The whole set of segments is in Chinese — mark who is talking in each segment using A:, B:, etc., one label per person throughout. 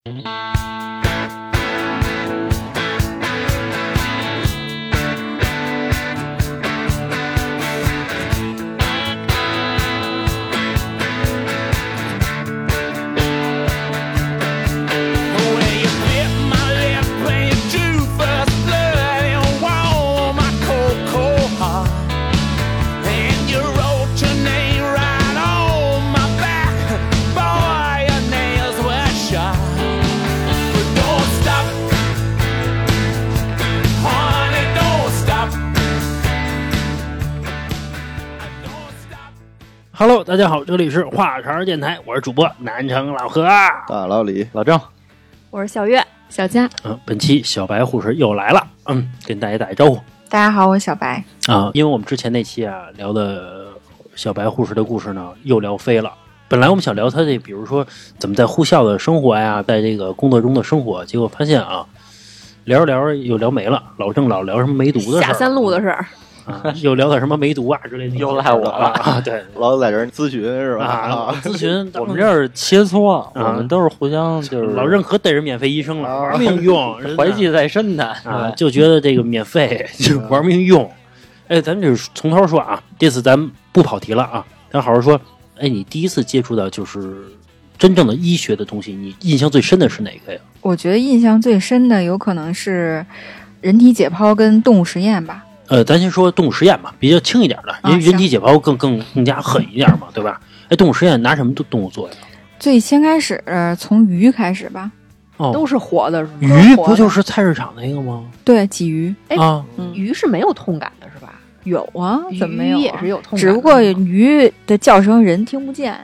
A: Hello， 大家好，这里是话茬电台，我是主播南城老何
B: 大老李
C: 老郑，
D: 我是小月小佳。
A: 本期小白护士又来了，跟大家打一招呼。
D: 大家好，我是小白
A: 因为我们之前那期聊的小白护士的故事呢，又聊飞了。本来我们想聊他这，比如说怎么在护校的生活呀，在这个工作中的生活，结果发现聊着聊着又聊没了。老郑老聊什么梅毒的事儿，
D: 下三路的事儿。
A: 又聊点什么梅毒之类的，
C: 又赖我了
A: 对，
B: 老在这儿咨询是吧？
A: 咨询，
C: 我们这儿切磋，我们都是互相就是
A: 老任可逮着免费医生了，玩命用，
C: 怀记在身的
A: 就觉得这个免费就玩命用。咱们就是从头说这次咱不跑题了咱好好说。你第一次接触到就是真正的医学的东西，你印象最深的是哪个呀？
E: 我觉得印象最深的有可能是人体解剖跟动物实验吧。
A: 咱先说动物实验吧，比较轻一点的，因为人体解剖更加狠一点嘛，对吧？动物实验拿什么动物做呀？
E: 最先开始从鱼开始吧。
D: 都是活的是吗？
A: 鱼不就是菜市场那个吗？
E: 对，鲫鱼。
D: 鱼是没有痛感的是吧？
E: 有啊，怎么没有？
D: 鱼也是有痛感的，
E: 只不过鱼的叫声人听不见呀。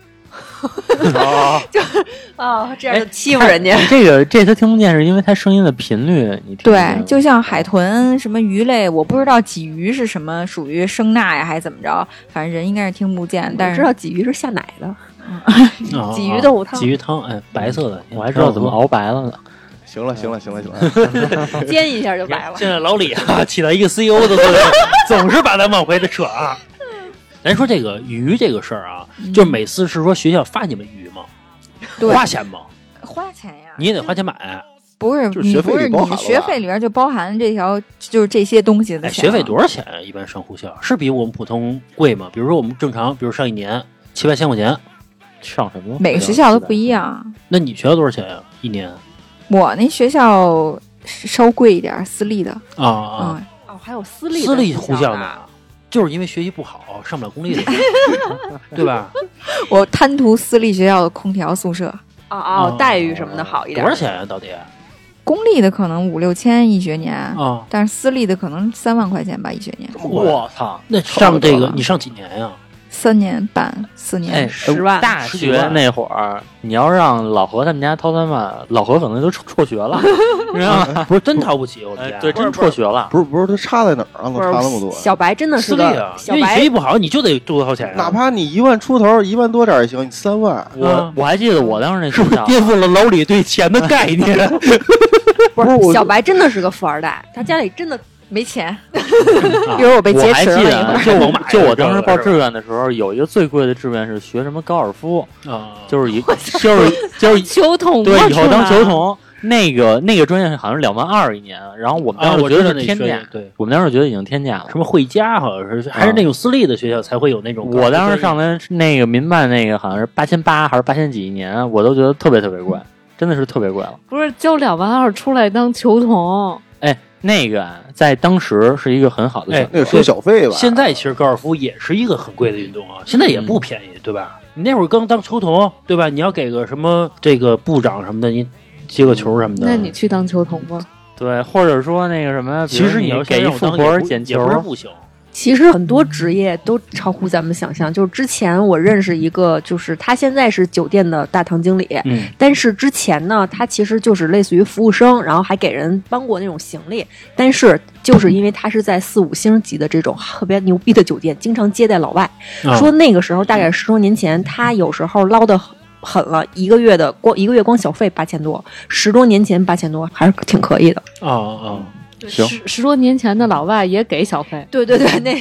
D: 这样就欺负人家。
C: 这他听不见，是因为他声音的频率你听不见。
E: 对，就像海豚什么鱼类，我不知道鲫鱼是什么，属于声呐呀还是怎么着，反正人应该是听不见。但是
D: 知道鲫鱼是下奶的。鲫鱼豆腐汤，
A: 鲫鱼汤，白色的，
C: 我还知道怎么熬白了呢。
B: 行了，
D: 煎一下就白了。
A: 现在老李起到一个 CEO 的作用，总是把咱往回的扯咱说这个鱼这个事儿就是每次是说学校发你们鱼吗？花钱吗？
E: 花钱呀，
A: 你也得花钱买。
E: 不是，你不是你学费里边就包含这条，就是这些东西的钱。
A: 学费多少钱啊？一般上护校是比我们普通贵吗？比如说我们正常，比如上一年700-8千块钱，
C: 上什么？
E: 每个学校都不一样。
A: 那你学校多少钱呀？一年？
E: 我那学校稍贵一点，私立的
D: 还有私立
A: 护校呢。就是因为学习不好，上不了公立的，对吧？
E: 我贪图私立学校的空调宿舍
D: 待遇什么的好一点。
A: 多少钱呀？到底？
E: 公立的可能5-6千一学年但是私立的可能3万块钱吧一学年。
C: 我操！
A: 那上这个你上几年呀
E: ？3年半4年
D: ，10万。
C: 大学那会儿，你要让老何他们家掏3万，老何可能就辍学了，你知道吗？
A: 不是真掏不起，我天，
C: 对，真辍学了。
B: 不是，他差在哪儿啊？差那么多。
D: 小白真的是
A: 私立因为你学习不好，你就得多掏钱。
B: 哪怕你1万出头，1万多点也行，你3万。
C: 我还记得我当时那
A: 是不是颠覆了老李对钱的概念？
D: 不是，小白真的是个富二代，他家里真的没钱。
E: 一会儿我被劫持了。
C: 就我当时报志愿的时候，有一个最贵的志愿是学什么高尔夫就是
D: 球童。
C: 对，以后当球童。那个专业好像是2万2一年，然后我们当时觉得是天价，
A: 对，
C: 我们当时觉得已经天价了。
A: 什么汇佳好像是还是那种私立的学校才会有那种。
C: 我当时上的那个民办那个好像是8800还是8000几一年，我都觉得特别特别贵，真的是特别贵了。
D: 不是交2万2出来当球童，
C: 那个在当时是一个很好的选择，
B: 那个收小费吧。
A: 现在其实高尔夫也是一个很贵的运动现在也不便宜，对吧？你那会儿刚当球童，对吧？你要给个什么这个部长什么的，你接个球什么的。
D: 那你去当球童吧。
C: 对，或者说那个什么，
A: 其实你要
C: 给一富婆捡球
A: 不行。
D: 其实很多职业都超乎咱们想象。就是之前我认识一个，就是他现在是酒店的大堂经理，但是之前呢，他其实就是类似于服务生，然后还给人搬过那种行李。但是就是因为他是在4-5星级的这种特别牛逼的酒店，经常接待老外，说那个时候大概10多年前，他有时候捞的狠了，一个月光小费8000多，10多年前8000多还是挺可以的。
B: 行
D: 10多年前的老外也给小费。对，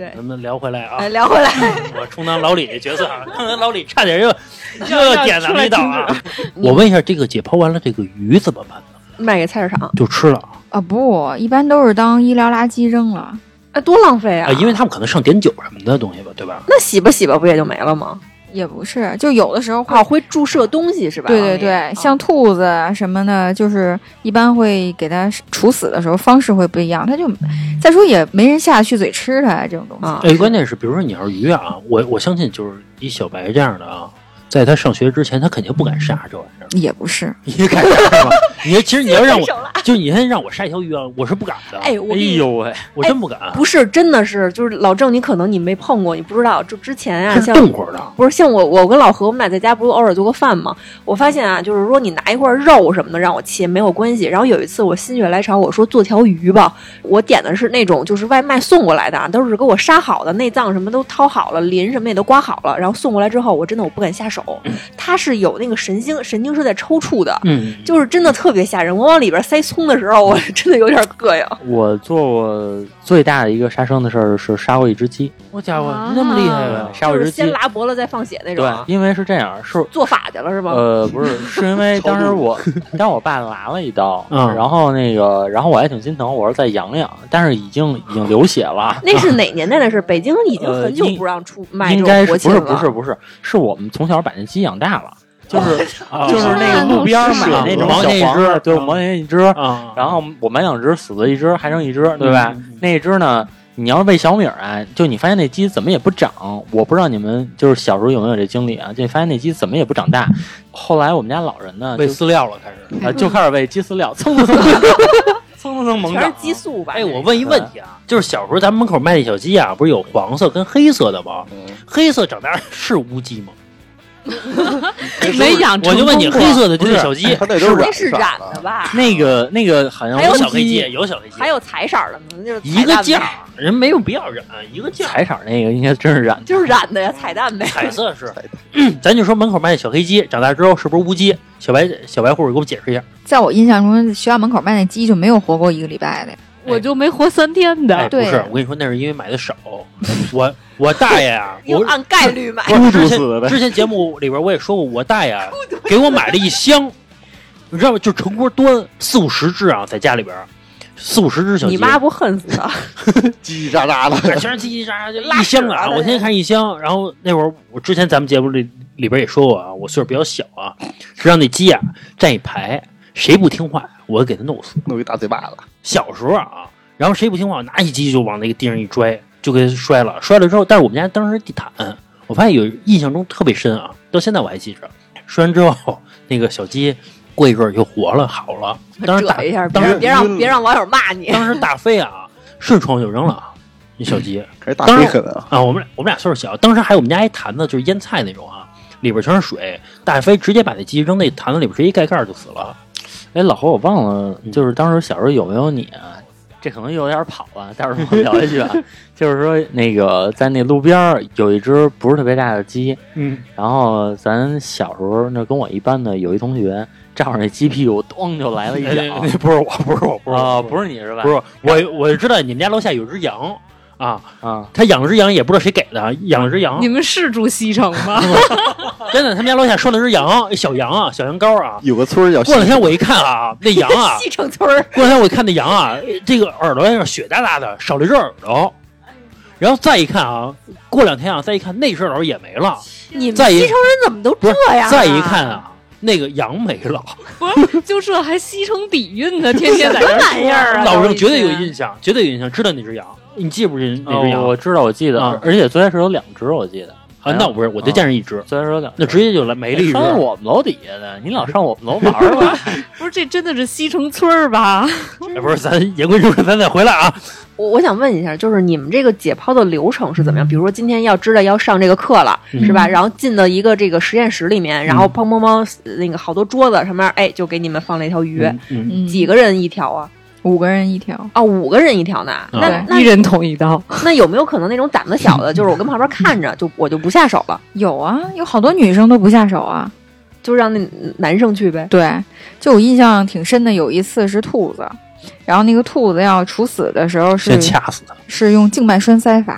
D: 对，
A: 咱们聊回来啊，
D: 聊回来，
A: 我充当老李的角色啊，刚才老李差点又点咱们一刀啊。我问一下，这个解剖完了，这个鱼怎么办呢？
D: 卖给菜市场
A: 就吃了
E: 啊？不，一般都是当医疗垃圾扔了。
D: 多浪费啊！
A: 因为他们可能上碘酒什么的东西吧，对吧？
D: 那洗吧不也就没了吗？
E: 也不是，就有的时候
D: 会注射东西是吧？
E: 对，像兔子什么的，就是一般会给它处死的时候方式会不一样，它就再说也没人下去嘴吃它这种东
A: 西。关键是比如说你要是鱼啊，我相信就是以小白这样的啊，在他上学之前，他肯定不敢杀这玩意儿。
E: 也不是，
A: 你敢杀吗？其实你要让我，就你现在让我杀一条鱼啊，我是不敢的。
C: 哎呦喂，
A: 我真不敢。
D: 不是，真的是，就是老郑，你可能你没碰过，你不知道。就之前啊，像
A: 动活的，
D: 不是像我跟老何，我们俩在家不是偶尔做个饭吗？我发现啊，就是说你拿一块肉什么的让我切没有关系。然后有一次我心血来潮，我说做条鱼吧，我点的是那种就是外卖送过来的，都是给我杀好的，内脏什么都掏好了，鳞什么也都刮好了，然后送过来之后，我真的我不敢下手，它是有那个神经是在抽搐的，就是真的特别吓人。我往里边塞葱的时候，我真的有点膈应。
C: 我做过最大的一个杀生的事儿是杀过一只鸡。
A: 我家伙，那么厉害呀！
C: 杀过一只鸡，
D: 先拉脖子再放血那种。
C: 对，因为是这样，是
D: 做法去了是吧？
C: 不是，是因为当时我爸拿了一刀，然后我还挺心疼，我说再养养，但是已经流血了。
D: 那是哪年代的事？北京已经很久不让卖这种活禽了。
C: 不是，是我们从小把那鸡养大了。就是那个路边买那种小黄的，对，5毛钱一只，然后我买2只，死了一只，还剩一只，对吧？那一只呢，你要是喂小米啊，就你发现那鸡怎么也不长，我不知道你们就是小时候有没有这经历啊？就你发现那鸡怎么也不长大。后来我们家老人呢，
A: 喂饲料了，
C: 就开始喂鸡饲料，蹭猛长，
D: 全是激素吧？
A: 我问一问题啊，就是小时候咱们门口卖那小鸡啊，不是有黄色跟黑色的吗？黑色长大是乌鸡吗？
F: 没养成，
A: 我就问你，黑色的就是小鸡，
D: 那是染的吧？
C: 那个好像
A: 还有小黑鸡，有小黑鸡，
D: 还有彩色的呢，就是
A: 一个价，人没有必要染一个价。
C: 彩色那个应该真是染的，
D: 就是染的呀，彩蛋呗。
A: 彩色是，咱就说门口卖的小黑鸡，长大之后是不是乌鸡？小白护士给我解释一下。
E: 在我印象中，学校门口卖那鸡就没有活过1个礼拜的。
F: 我就没活3天的。
A: 不是，我跟你说，那是因为买的少。我大爷啊，
D: 我按概率买。
A: 之前节目里边我也说过，我大爷给我买了一箱，你知道吗？就成锅端40-50只啊，在家里边40-50只小鸡。
D: 你妈不恨死他？
B: 叽叽喳喳的，
A: 全是叽叽喳喳，就一箱啊！我天天看一箱。然后那会儿我之前咱们节目里边也说过啊，我岁数比较小啊，让那鸡啊站一排，谁不听话，我给他弄死，
B: 弄一大嘴巴子。
A: 小时候啊，然后谁不听话，拿一鸡就往那个地上一拽，就给摔了。摔了之后，但是我们家当时地毯，我发现有印象中特别深啊，到现在我还记着。摔完之后，那个小鸡过一阵儿就活了，好了。当时
D: 一下，别让网友骂你。
A: 当时大飞啊，顺床就扔了那小鸡。
B: 大飞狠啊！
A: 我们俩岁数小，当时还有我们家一坛子，就是腌菜那种啊，里边全是水。大飞直接把那鸡扔那坛子里边，直接一盖盖就死了。
C: 哎，老何，我忘了，就是当时小时候有没有你啊？这可能有点跑了，待会儿我聊一句啊。就是说，那个在那路边有一只不是特别大的鸡，然后咱小时候那跟我一班的有一同学，照着那鸡屁股咚就来了一脚。
A: 不是我，
C: 不是你是吧？
A: 不是我知道你们家楼下有只羊。他养了只羊，也不知道谁给的，养了只羊。
F: 你们是住西城吗？
A: 真的，他们家楼下拴了只羊，小羊啊，小羊羔啊。
B: 有个村叫。
A: 过两天我一看啊，那羊啊，
D: 西城村。
A: 过两天我一看那羊啊，这个耳朵上血哒哒的，少了一只耳朵。然后再一看啊，过两天啊，再一看那只耳朵也没了。
D: 你们西城人怎么都这样？
A: 再一看啊。那个羊没了，
F: 不是就这还西城底蕴呢？天天在这
D: 玩意儿啊！
A: 老郑绝对有印象，绝对有印象，知道那只羊，你记不记那只羊？
C: 我知道，我记得，而且最开始有2只，我记得。
A: 那我不是，我就见着一只，
C: 最开始有2只，
A: 那直接就来没了一只。
C: 上我们楼底下的，你老上我们楼玩吧？
F: 不是，这真的是西城村吧？
A: 不是，咱言归正传，咱再回来啊。
D: 我想问一下，就是你们这个解剖的流程是怎么样？比如说今天要知道要上这个课了，是吧？然后进到一个这个实验室里面，然后砰砰砰，那个好多桌子上面，就给你们放了一条鱼，几个人一条啊
E: ？5个人一条
D: 啊，5个人一条呢？那
F: 一人捅一刀。
D: 那有没有可能那种胆子小的，就是我跟旁边看着，我就不下手了？
E: 有啊，有好多女生都不下手啊，
D: 就让那男生去呗。
E: 对，就我印象挺深的，有一次是兔子。然后那个兔子要处死的时候
A: 先掐死它，
E: 是用静脉栓塞法，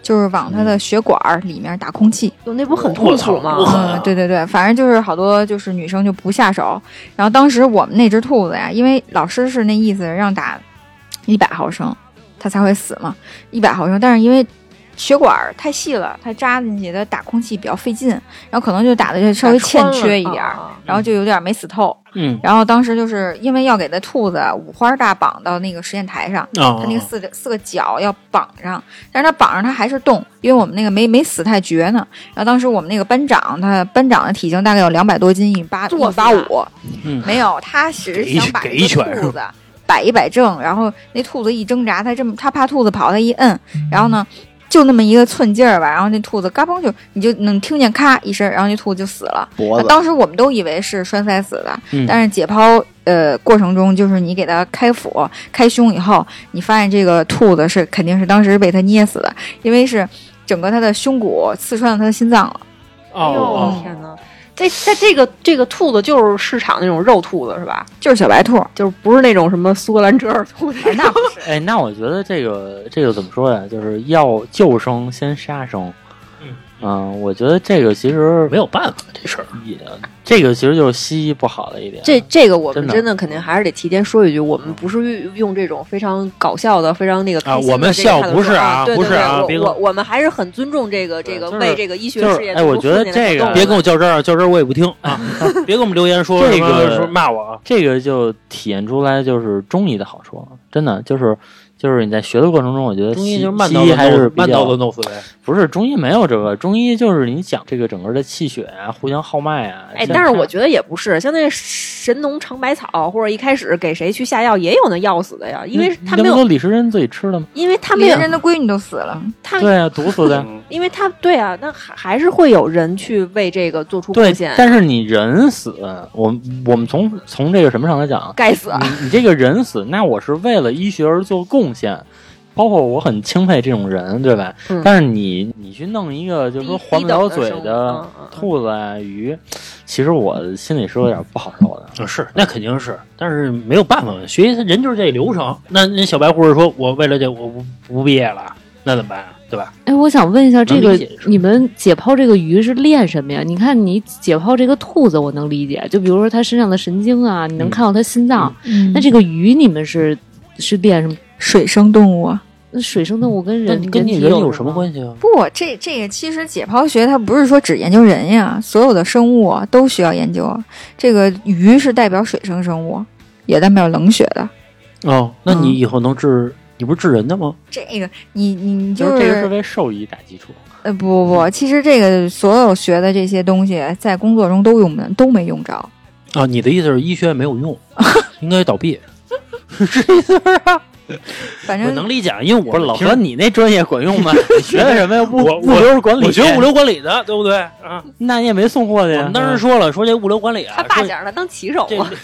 E: 就是往它的血管里面打空气。
D: 那不很痛苦吗？
E: 对对对，反正就是好多就是女生就不下手。然后当时我们那只兔子呀，因为老师是那意思让打100毫升，它才会死嘛，100毫升，但是因为血管太细了，它扎进去的打空气比较费劲，然后可能就打的就稍微欠缺一点，然后就有点没死透。然后当时就是因为要给它兔子五花大绑到那个实验台上，它那个四个脚要绑上，但是它绑上它还是动，因为我们那个没死太绝呢。然后当时我们那个班长的体型大概有200多斤，185，没有，他只是想把这个兔子摆正，然后那兔子一挣扎，他怕兔子跑，他一摁，然后呢就那么一个寸劲儿吧，然后那兔子嘎嘣你就能听见咔一声，然后那兔子就死了。当时我们都以为是栓塞死的，但是解剖过程中，就是你给它开腹开胸以后，你发现这个兔子是肯定是当时被它捏死的，因为是整个它的胸骨刺穿了它的心脏了。
D: 天哪！这个兔子就是市场那种肉兔子是吧？
E: 就是小白兔，
D: 就是不是那种什么苏格兰折耳兔子。
E: 那不是。
C: 那我觉得这个怎么说呀？就是要救生先杀生。我觉得这个其实
A: 没有办法，这事儿
C: 这个其实就是西医不好的一点。
D: 这个我们真的肯定还是得提前说一句，我们不是用这种非常搞笑的、非常那个开心的
A: 我们笑不是
D: 对
A: 不是
D: 我们还是很尊重这个为这个医学事业。
C: 我觉得这个
A: 别跟我较真儿，较真儿我也不听啊！别给我们留言说
C: 这个
A: 说骂我啊！
C: 这个就体现出来就是中医的好处，真的就是你在学的过程中，我觉得
A: 中医就是
C: 西医还是
A: 慢刀子弄死呗。
C: 不是中医没有这个，中医就是你讲这个整个的气血啊，互相号脉啊。
D: 但是我觉得也不是，像那神农尝百草，或者一开始给谁去下药，也有那药死的呀，因为他没有
C: 李时珍自己吃的吗？
D: 因为他没有
E: 李时珍的闺女都死了，
C: 对啊，毒死的。
D: 因为他对啊，那还是会有人去为这个做出贡献。
C: 但是你人死，我们从这个什么上来讲，
D: 该死
C: 你这个人死，那我是为了医学而做贡献。包括我很钦佩这种人，对吧？但是你去弄一个就是说还不了嘴的兔子啊鱼，其实我心里是有点不好受的。
A: 是，那肯定是，但是没有办法，学习人就是这流程。那小白护士说，我为了这我不毕业了，那怎么办啊？对吧？
F: 我想问一下，这个你们解剖这个鱼是练什么呀？你看你解剖这个兔子，我能理解，就比如说它身上的神经啊，你能看到它心脏。那这个鱼你们是练什么？
E: 水生动物啊。
F: 那水生动物跟人
A: 有什么关系啊？
E: 不，这个其实解剖学它不是说只研究人呀，所有的生物都需要研究。这个鱼是代表水生生物，也代表冷血的。
A: 那你以后能治？你不是治人的吗？
E: 这个你
C: 就是这个是为兽医打基础。
E: 不，其实这个所有学的这些东西在工作中都没用着。
A: 啊，你的意思是医学没有用，应该倒闭，是这意思啊？
E: 反正
A: 我能理解，因为我
C: 不是老何，你那专业管用吗？你学的什么呀？物流管理，
A: 我学物流管理的，对不对？啊，
C: 那你也没送货去。
A: 我们当时说了，说这物流管理啊，
D: 他爸想让他当骑手嘛，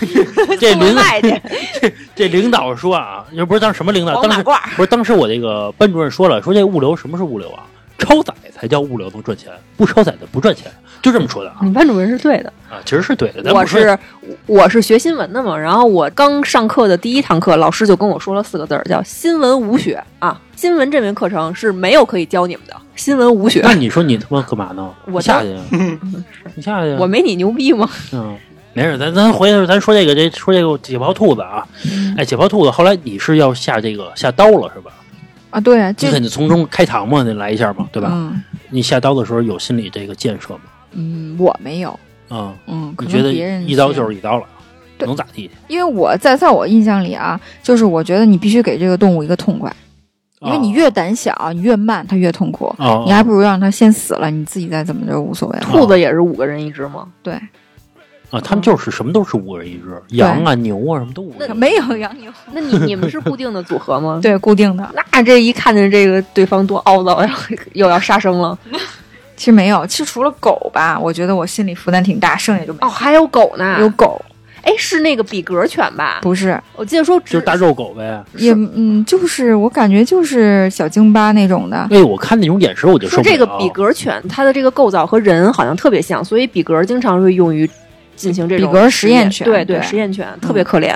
A: 这领导说啊，不是当时什么领导，当时我这个班主任说了，说这物流什么是物流啊？超载才叫物流能赚钱，不超载的不赚钱，就这么说的啊。
D: 你班主任是对的
A: 啊，其实是对的。
D: 我是学新闻的嘛，然后我刚上课的第一堂课，老师就跟我说了4个字，叫新闻无学啊。新闻这门课程是没有可以教你们的，新闻无学。
A: 那你说你他妈干嘛呢？
D: 我
A: 下去，你下去，
D: 我没你牛逼吗？
A: 没事，咱回头咱说这个解剖兔子啊。解剖兔子，后来你是要下刀了是吧？
E: 啊，对啊，
A: 你肯定从中开膛嘛，得来一下嘛，对吧？你下刀的时候有心理这个建设吗？
E: 我没有。
A: 你觉得一刀就是一刀了，能咋地？
E: 因为我在我印象里啊，就是我觉得你必须给这个动物一个痛快，因为你越胆小，你越慢，它越痛苦。你还不如让它先死了，你自己再怎么着无所谓。
D: 兔子也是5个人一只吗？
E: 对。
A: 他们就是什么都是5个人一只，羊啊牛啊什么都5个人。
E: 没有羊牛。
D: 那你们是固定的组合吗？
E: 对，固定的。
D: 那这一看见这个对方多凹糟呀，又要杀生了。
E: 其实没有，其实除了狗吧，我觉得我心理负担挺大，剩下就没有。
D: 还有狗呢？
E: 有狗。
D: 是那个比格犬吧？
E: 不是，
D: 我记得说
A: 就是大肉狗呗。
E: 也就是我感觉就是小京巴那种的。
A: 我看那种眼神我就
D: 说这个比格犬它的这个构造和人好像特别像，所以比格经常会用于进行这种
E: 比格实验犬。
D: 对实验犬特别可怜。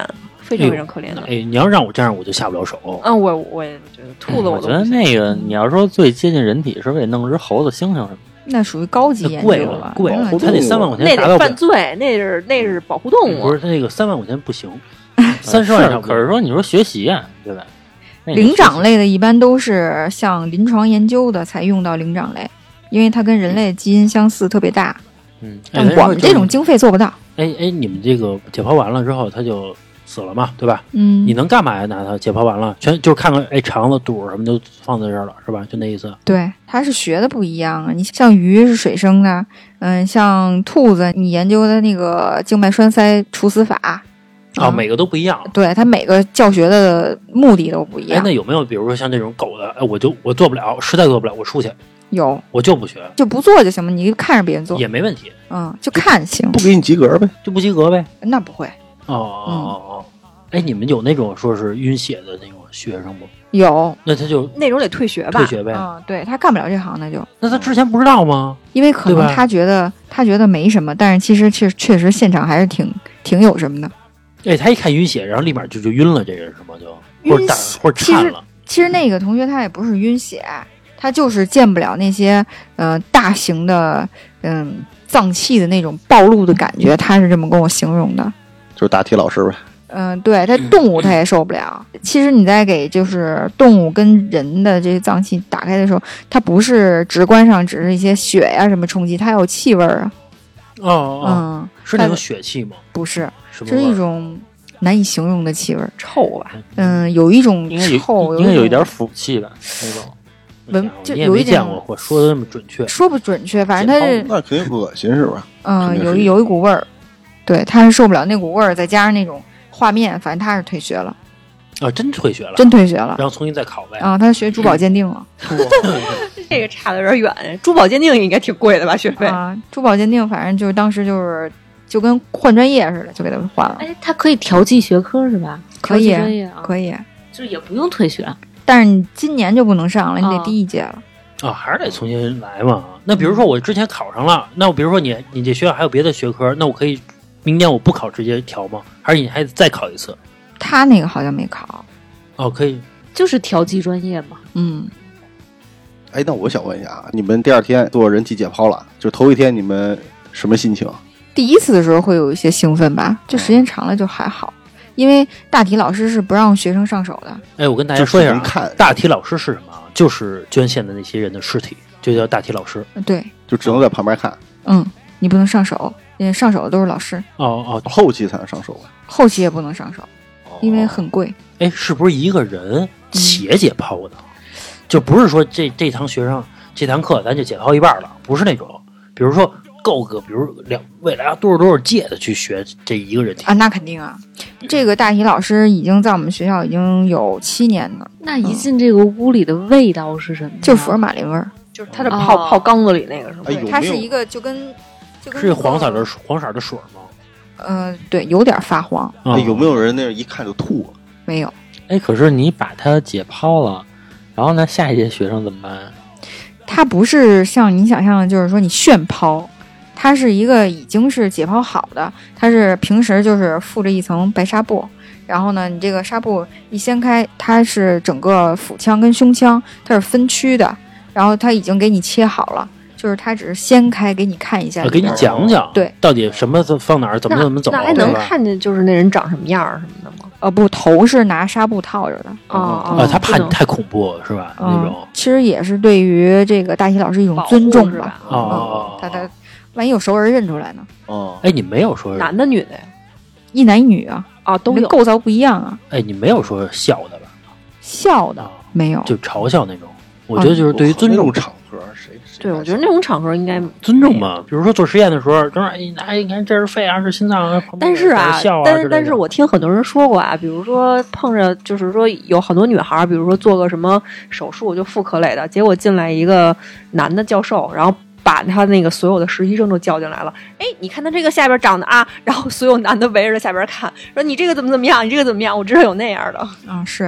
D: 非常非常可怜的。
A: 哎，你要让我这样，我就下不了手。
D: 我也觉得兔子，
C: 我觉得那个你要说最接近人体，是不是得弄只猴子、猩猩什么的？
E: 那属于高级研究了，
A: 贵了，他得3万块钱，
D: 那得犯罪，那是保护动物。
A: 不是，他那个3万块钱不行，30万
C: 可是说你说学习啊，对吧？
E: 灵长类的一般都是像临床研究的才用到灵长类，因为它跟人类基因相似特别大。但我们这种经费做不到。
A: 哎，你们这个解剖完了之后，他就死了嘛，对吧？你能干嘛呀？拿它解剖完了，全就是看看，哎，肠子、肚什么都放在这儿了，是吧？就那意思。
E: 对，它是学的不一样啊。你像鱼是水生的，像兔子，你研究的那个静脉栓塞除死法。
A: 每个都不一样。
E: 对，它每个教学的目的都不一样。
A: 那有没有比如说像这种狗的，我做不了，实在做不了，我出去。
E: 有，
A: 我就不学，
E: 就不做就行了。你看着别人做
A: 也没问题。
E: 就看行，
B: 不给你及格呗，
A: 就不及格呗。
E: 那不会。
A: 哎，你们有那种说是晕血的那种学生不？
E: 有，
A: 那他就
D: 那种得退学吧？
A: 退学呗。
E: 对，他干不了这行，
A: 那他之前不知道吗？
E: 因为可能他觉得没什么，但是其实确实现场还是挺有什么的。
A: 哎，他一看晕血，然后立马就晕了，这人是吗？或者颤了。
E: 其实那个同学他也不是晕血，他就是见不了那些大型的脏器的那种暴露的感觉，他是这么跟我形容的。
B: 就是大体老师呗。
E: 对，他动物他也受不了。其实你在给就是动物跟人的这些脏器打开的时候，它不是直观上只是一些血呀什么冲击，它有气味啊。
A: 是那种血气吗？
E: 不是，这是一种难以形容的气味，
D: 臭吧？
E: 有一种臭，
C: 应该有一点腐气吧？那种
E: 就
A: 有一见过，我说的那么准确？
E: 说不准确，反正它是
B: 那肯定恶心是吧？
E: 有一股味儿，对，他是受不了那股味儿，再加上那种画面，反正他是退学了。
A: 真退学了，
E: 真退学了，
A: 然后重新再考呗。
E: 他学珠宝鉴定了。
D: 这个差的有点远，珠宝鉴定应该挺贵的吧？学费
E: 珠宝鉴定，反正就是当时就跟换专业似的，就给他换了。
F: 哎，他可以调剂学科是吧？
E: 可以，
F: 专业
E: 可以，
F: 就是也不用退学。
E: 但是你今年就不能上了，你得第一届了。
A: 还是得重新来嘛。那比如说我之前考上了，那我比如说你这学校还有别的学科，那我可以明年我不考直接调吗？还是你还得再考一次？
E: 他那个好像没考。
A: 可以，
F: 就是调剂专业嘛。
B: 哎，那我想问一下啊，你们第2天做人体解剖了，就头一天你们什么心情？
E: 第一次的时候会有一些兴奋吧，就时间长了就还好。因为大体老师是不让学生上手的。
A: 哎，我跟大家说一下，大体老师是什么？就是捐献的那些人的尸体，就叫大体老师。
E: 对，
B: 就只能在旁边看。
E: 你不能上手，因为上手的都是老师。
B: 后期才能上手吧？
E: 后期也不能上手，因为很贵。
A: 哎，是不是一个人且解剖的？就不是说这堂学生这堂课咱就解剖一半了，不是那种。比如说够个，比如未来多少届的去学这一个人体
E: 啊，那肯定啊。这个大体老师已经在我们学校已经有7年了。
F: 那一进这个屋里的味道是什么？
E: 就是福尔马林味儿，
D: 就是它的泡缸子里那个是吗？
E: 它是一个就跟
A: 是黄色的水吗？
E: 对，有点发黄。
B: 有没有人那一看就吐了？
E: 没有。
C: 哎，可是你把它解剖了，然后呢，下一届学生怎么办？
E: 它不是像你想象的，就是说你炫剖，它是一个已经是解剖好的，它是平时就是附着一层白纱布，然后呢，你这个纱布一掀开，它是整个腹腔跟胸腔它是分区的，然后它已经给你切好了。就是他只是掀开给你看一下，
A: 给你讲讲，
E: 对，
A: 到底什么放哪儿，怎么走，
D: 那还能看见就是那人长什么样什么的吗？
E: 不，头是拿纱布套着的。
A: 他怕你太恐怖是吧？那种
E: 其实也是对于这个大体老师一种尊重吧。他万一有熟人认出来呢？
A: 哎，你没有说
D: 男的女的呀？
E: 一男一女啊？
D: 都有，
E: 构造不一样啊。
A: 哎，你没有说笑的吧？
E: 笑的没有，
A: 就嘲笑那种。我觉得就是对于尊重
B: 场合，谁
D: 对，我觉得那种场合应该
A: 尊重嘛。比如说做实验的时候，正好你看这是肺啊，是心脏啊，
D: 但是但是我听很多人说过啊，比如说碰着就是说有很多女孩，比如说做个什么手术就妇科类的，结果进来一个男的教授，然后把他那个所有的实习生都叫进来了。哎，你看他这个下边长的啊，然后所有男的围着他下边看，说你这个怎么样，你这个怎么样？我知道有那样的。
E: 是。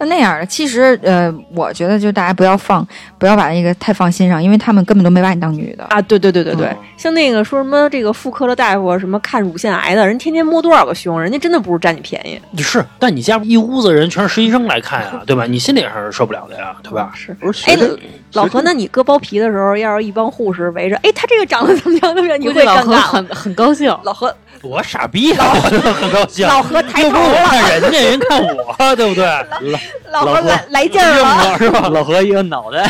E: 那样的，其实我觉得就大家不要把那个太放心上，因为他们根本都没把你当女的
D: 啊。对，像那个说什么这个妇科的大夫什么看乳腺癌的人，天天摸多少个胸，人家真的不是占你便宜。
A: 是，但你家一屋子人全是实习生来看呀，对吧？你心理上是受不了的呀，对吧？
D: 是。哎，老何，那你割包皮的时候，要是一帮护士围着，哎，他这个长得怎么样？你会尴尬？
F: 很高兴。
D: 老何。
A: 我傻逼啊！我很高兴。
D: 老何抬头了，
A: 又不看人家，人看我，对不对？
D: 老何来劲儿了，
C: 是吧？老何一个脑袋，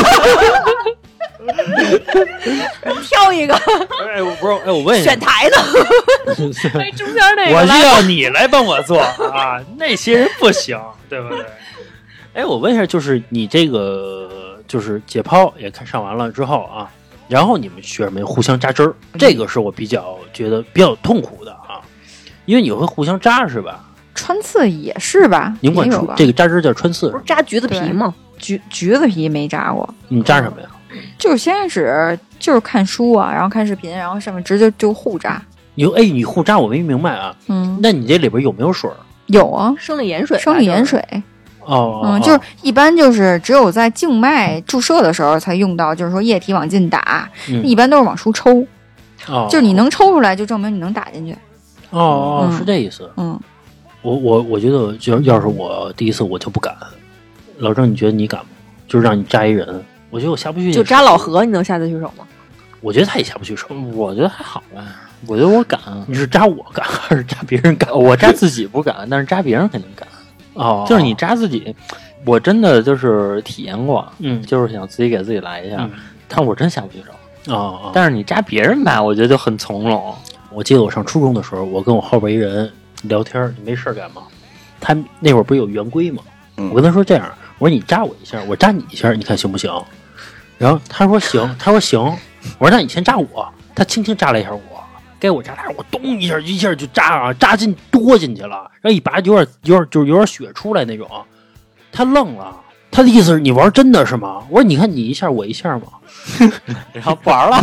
D: 挑一个。
A: 哎，我不是，哎，我问一下，
D: 选台的。
F: 哎，中间那个，
A: 我需要你来帮我做啊，那些人不行，对不对？哎，我问一下，就是你这个就是解剖也看上完了之后啊。然后你们学生们互相扎针儿，这个是我觉得比较痛苦的啊，因为你会互相扎是吧？
E: 穿刺也是吧？
A: 您管这个扎针叫穿刺？
D: 不是扎橘子皮吗？
E: 橘子皮没扎过。
A: 你扎什么呀？
E: 就是先开始就是看书啊，然后看视频，然后上面直接就互扎。
A: 你互扎我没明白啊。那你这里边有没有水？
E: 有啊，
D: 生理盐水。
E: 生理盐水。就是一般就是只有在静脉注射的时候才用到，就是说液体往进打，一般都是往出抽。就是你能抽出来，就证明你能打进去。
A: 是这意思。我觉得要是我第一次我就不敢。老郑，你觉得你敢吗？就是让你扎一人，我觉得我下不去。
D: 就扎老何，你能下得去手吗？
A: 我觉得他也下不去手。
C: 我觉得还好吧。我觉得我敢。
A: 你是扎我敢还是扎别人敢？
C: 我扎自己不敢，但是扎别人肯定敢。就是你扎自己，我真的就是体验过，就是想自己给自己来一下，但我真下不去手。但是你扎别人吧，我觉得就很从容。
A: 我记得我上初中的时候，我跟我后边一人聊天，你没事干吗？他那会儿不是有圆规吗？我跟他说这样，我说你扎我一下，我扎你一下，你看行不行？然后他说行，我说那你先扎我，他轻轻扎了一下我。该我扎他，我咚一下就扎多进去了，然后一拔有点血出来那种。他愣了，他的意思是你玩真的是吗？我说你看你一下我一下嘛，
C: 然后不玩了。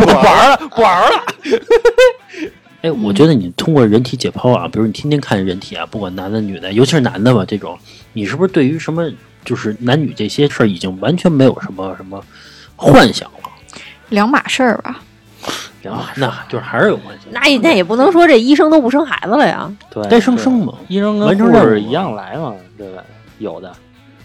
A: 哎，我觉得你通过人体解剖啊，比如你天天看人体啊，不管男的女的，尤其是男的吧，这种你是不是对于什么就是男女这些事儿已经完全没有什么幻想了？
E: 两码事儿吧。
A: 那就是还是有关系。
D: 那也不能说这医生都不生孩子了呀。
C: 对，
A: 该生嘛，
C: 医生跟护士一样来嘛，对吧？有的。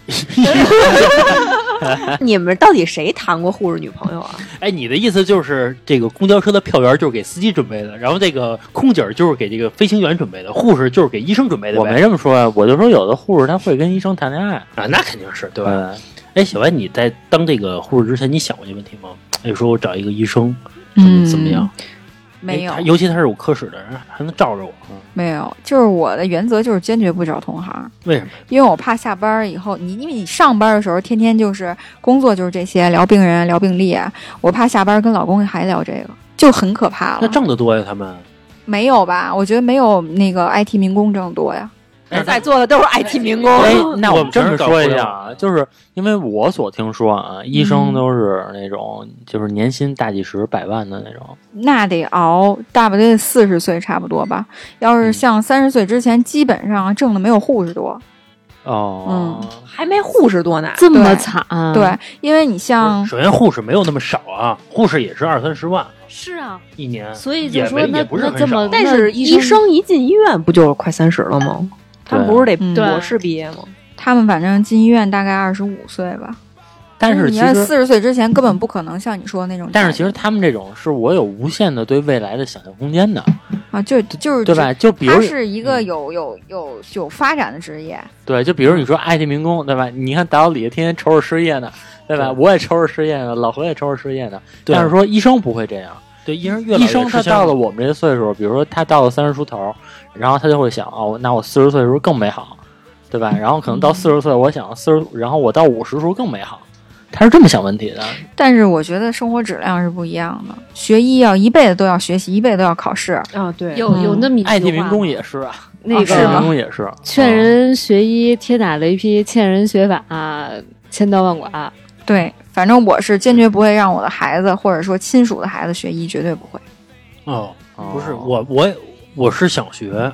D: 你们到底谁谈过护士女朋友啊？
A: 哎，你的意思就是这个公交车的票员就是给司机准备的，然后这个空姐就是给这个飞行员准备的，护士就是给医生准备的。
C: 我没这么说呀，我就说有的护士他会跟医生谈恋爱
A: 啊，那肯定是对吧？哎，小白，你在当这个护士之前，你想过这个问题吗？哎，说我找一个医生。怎么样？
E: 没有，
A: 尤其他是有科室的人，还能罩着我。
E: 没有，就是我的原则就是坚决不找同行。
A: 为什么？
E: 因为我怕下班以后，因为你上班的时候天天就是工作就是这些，聊病人聊病例，我怕下班跟老公还聊这个，就很可怕了。
A: 那挣得多呀？他们
E: 没有吧？我觉得没有那个 IT 民工挣得多呀。
D: 在座的都是 IT 民工。
C: 那我们这么说一下啊，就是因为我所听说啊，医生都是那种就是年薪大几十百万的那种。
E: 那得熬，大不得40岁差不多吧。要是像30岁之前，基本上挣的没有护士多。
D: 还没护士多呢，
F: 这么惨。
E: 对，因为你像
A: 首先护士没有那么少啊，护士也是20-30万。
F: 是啊，
A: 一年。
F: 所以就说
A: 也不是
F: 这么，
D: 但是医生一进医院不就快30了吗？他们不是得博士毕业吗？
E: 他们反正进医院大概25岁吧。
C: 但是其实
E: 40岁之前根本不可能像你说的那种。
C: 但是其实他们这种是我有无限的对未来的想象空间的
E: 啊，就是
C: 对吧？就比如
E: 他是一个有发展的职业。
C: 对，就比如你说 IT 民工，对吧？你看大老李天天愁着失业呢，对吧？我也愁着失业呢，老何也愁着失业呢。但是说医生不会这样。
A: 对，医生
C: 他到了我们这个岁数，比如说他到了30出头，然后他就会想那我40岁的时候更美好，对吧？然后可能到40岁，我想然后我到50时候更美好，他是这么想问题的。
E: 但是我觉得生活质量是不一样的，学医要一辈子都要学习，一辈子都要考试
D: 啊。对，
F: 有那么一句话
C: ，IT 民工也是啊，
F: 那个
C: 民工也是，
F: 劝人学医天打雷劈，劝人学法千刀万剐。
E: 对，反正我是坚决不会让我的孩子或者说亲属的孩子学医，绝对不会。
A: 不是我是想学，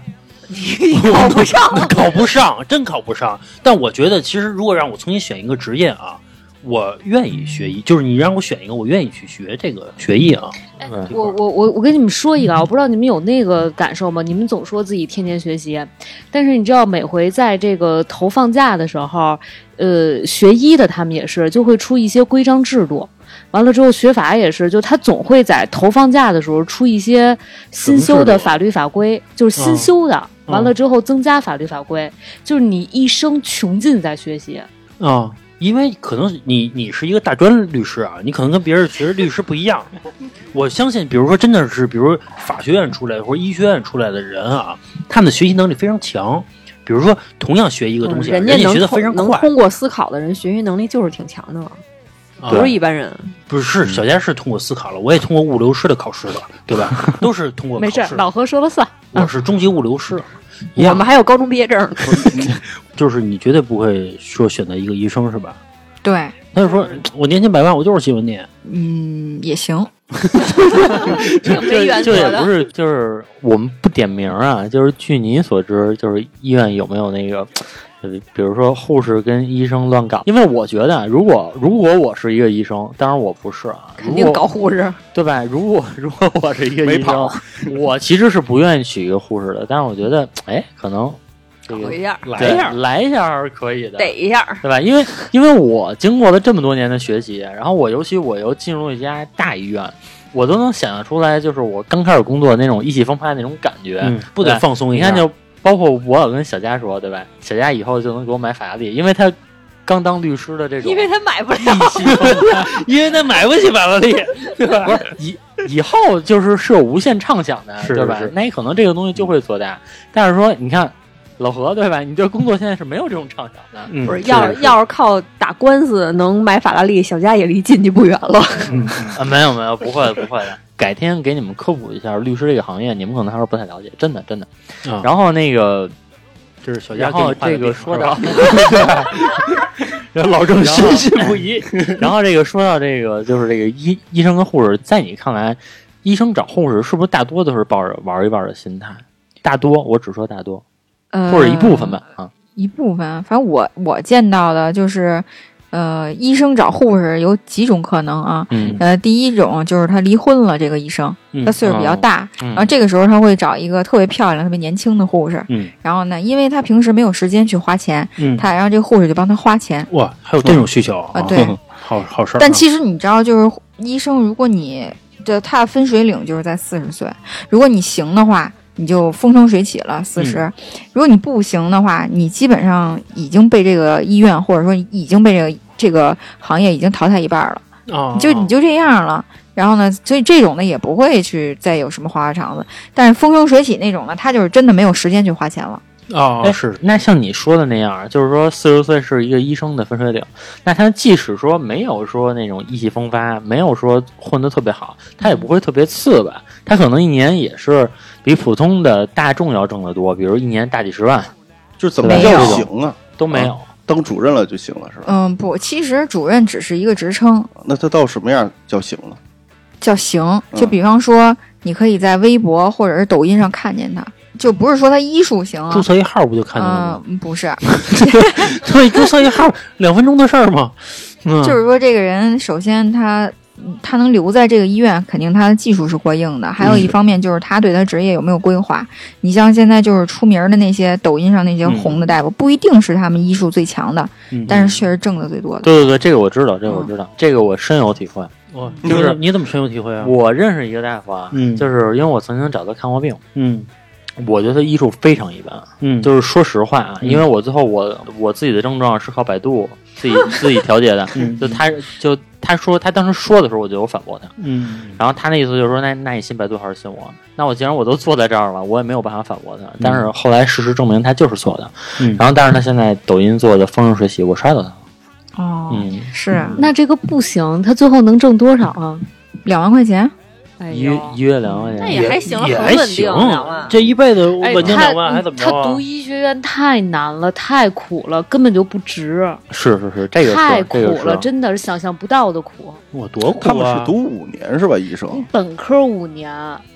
D: 你考不上，
A: 考不上，真考不上。但我觉得，其实如果让我重新选一个职业啊，我愿意学医，就是你让我选一个，我愿意去学这个学医啊。
F: 我跟你们说一个啊，我不知道你们有那个感受吗？你们总说自己天天学习，但是你知道每回在这个投放假的时候，学医的他们也是就会出一些规章制度。完了之后，学法也是，就他总会在投放假的时候出一些新修的法律法规，就是新修的。完了之后增加法律法规，就是你一生穷尽在学习
A: 啊。因为可能你是一个大专律师啊，你可能跟别人学律师不一样。我相信，比如说真的是，比如法学院出来或者医学院出来的人啊，他们的学习能力非常强。比如说，同样学一个东西，人家学得非常快。
D: 能通过思考的人，学习能力就是挺强的了。不是一般人，
A: 不是小佳是通过思考了，我也通过物流师的考试了，对吧？都是通过考试。
F: 没事，老何说了算。
A: 我是中级物流师，
D: 我们还有高中毕业证。
A: 就是你绝对不会说选择一个医生是吧？
E: 对。
A: 他就说我年薪100万，我就是喜欢你。
E: 也行。
C: 就也不是，就是我们不点名啊，就是据你所知，就是医院有没有那个？比如说护士跟医生乱搞，因为我觉得如果我是一个医生，当然我不是啊，
D: 肯定搞护士，
C: 对吧？如果我是一个医生，我其实是不愿意娶一个护士的，但是我觉得，可能这个来一下可以的，
D: 得一下，
C: 对吧？因为我经过了这么多年的学习，然后我又进入一家大医院，我都能想象出来，就是我刚开始工作那种意气风发的那种感觉，
A: 不得放松一下，
C: 你看就。包括我老跟小佳说，对吧？小佳以后就能给我买法拉利，因为他刚当律师的这种，
D: 因为他买不了，
A: 因为他买不起法拉利，对吧？
C: 不是以后是有无限畅想的，对吧？那可能这个东西就会做大。但是说，你看老何，对吧？你对工作现在是没有这种畅想的。
D: 不是，要是靠打官司能买法拉利，小佳也离进去不远了。
C: 没有，不会的。改天给你们科普一下律师这个行业，你们可能还是不太了解，真的。然后那个，
A: 这是小佳。
C: 然后这个说到，
A: 老郑深信不疑。
C: 然后这个说到这个，就是这个医生跟护士，在你看来，医生找护士是不是大多都是抱着玩一玩的心态？大多，我只说大多，或者一部分吧啊，
E: 一部分。反正我见到的就是。医生找护士有几种可能啊？第一种就是他离婚了，这个医生他岁数比较大，然后这个时候他会找一个特别漂亮、特别年轻的护士。然后呢，因为他平时没有时间去花钱，他让这个护士就帮他花钱。
A: 哇，还有这种需求
E: 啊？对，
A: 好事。
E: 但其实你知道，就是医生，如果你他的分水岭就是在40岁，如果你行的话。你就风生水起了40，如果你不行的话，你基本上已经被这个医院或者说已经被这个行业已经淘汰一半了。你就这样了。然后呢，所以这种呢也不会去再有什么花花肠子。但是风生水起那种呢，他就是真的没有时间去花钱了。
C: 是。那像你说的那样，就是说40岁是一个医生的分水岭，那他即使说没有说那种意气风发，没有说混得特别好，他也不会特别次吧？他可能一年也是比普通的大众要挣得多，比如一年大几十万，
B: 就怎么叫行啊？
C: 都没有，
B: 当主任了就行了，是吧？
E: 不，其实主任只是一个职称。
B: 那他到什么样叫行了？
E: 叫行，就比方说，你可以在微博或者是抖音上看见他。就不是说他医术行啊，
A: 注册一号不就看见了吗？
E: 不是，
A: 对，注册一号2分钟的事儿吗？
E: 就是说这个人，首先他能留在这个医院，肯定他的技术是过硬的。还有一方面就是他对他职业有没有规划。你像现在就是出名的那些抖音上那些红的大夫，不一定是他们医术最强的，但是确实挣的最多的。
C: 对，这个我知道，这个我深有体会。
A: 就是你怎么深有体会啊？
C: 我认识一个大夫啊，就是因为我曾经找他看过病，我觉得他医术非常一般，就是说实话啊，因为我最后我自己的症状是靠百度自己调节的，他说他当时说的时候，我就有反驳他，然后他那意思就是说，那你信百度还是信我？那我既然我都坐在这儿了，我也没有办法反驳他，但是后来事实证明他就是错的，然后但是他现在抖音做的风生水起，我刷到他了。
E: 是啊，
F: 那这个不行，他最后能挣多少啊
E: ？2万块钱。
C: 一月2万，
D: 那也还行了，很稳定。2万，
A: 这一辈子稳定2万还怎么着？
F: 他读医学院太难了，太苦了，根本就不值。
C: 是，这个
F: 太苦了，真的是想象不到的苦。
A: 我多苦啊！
B: 他们是读5年是吧？医生
F: 本科5年，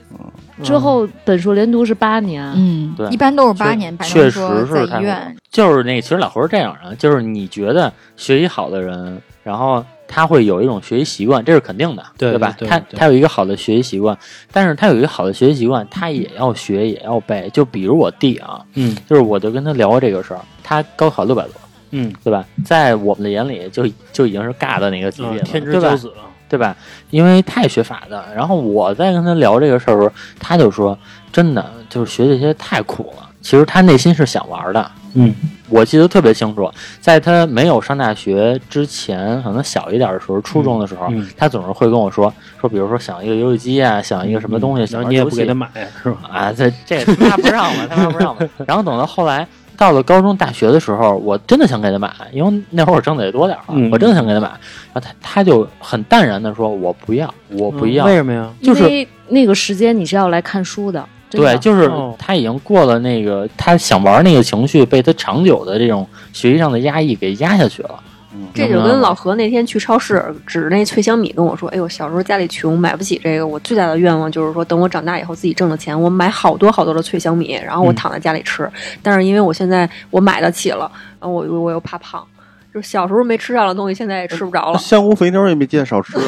F: 之后本硕连读是8年，
C: 对，
E: 一般都是8年。
C: 确实是
E: 在医院，
C: 就是那个，其实老何是这样的，就是你觉得学习好的人，然后他会有一种学习习惯，这是肯定的，对吧？他有一个好的学习习惯，但是他有一个好的学习习惯，他也要学，也要背。就比如我弟啊，就是我就跟他聊过这个事儿，他高考600多，对吧？在我们的眼里就已经是尬的那个级别了，
A: 天之骄子了。
C: 对吧？因为他也学法的，然后我在跟他聊这个事儿的时候，他就说：“真的，就是学这些太苦了。”其实他内心是想玩的。我记得特别清楚，在他没有上大学之前，可能小一点的时候，初中的时候，他总是会跟我说，比如说想一个游戏机啊，想一个什么东西，想
A: 你也不给他买是吧？
C: 啊，这他不让我，他妈不让我。然后等到后来。到了高中大学的时候，我真的想给他买，因为那会儿我挣的也多点了，我真的想给他买。然后他就很淡然的说：“我不要，我不要。”
A: 为什么呀？
F: 就是那个时间你是要来看书的。
C: 对，就是他已经过了那个他想玩那个情绪，被他长久的这种学习上的压抑给压下去了。
D: 这就跟老何那天去超市指着那脆香米跟我说：“哎呦，小时候家里穷，买不起这个。我最大的愿望就是说，等我长大以后自己挣了钱，我买好多好多的脆香米，然后我躺在家里吃。但是因为我现在我买得起了，然后我又怕胖，就是小时候没吃上的东西，现在也吃不着了。
B: 香菇肥妞也没见少吃啊。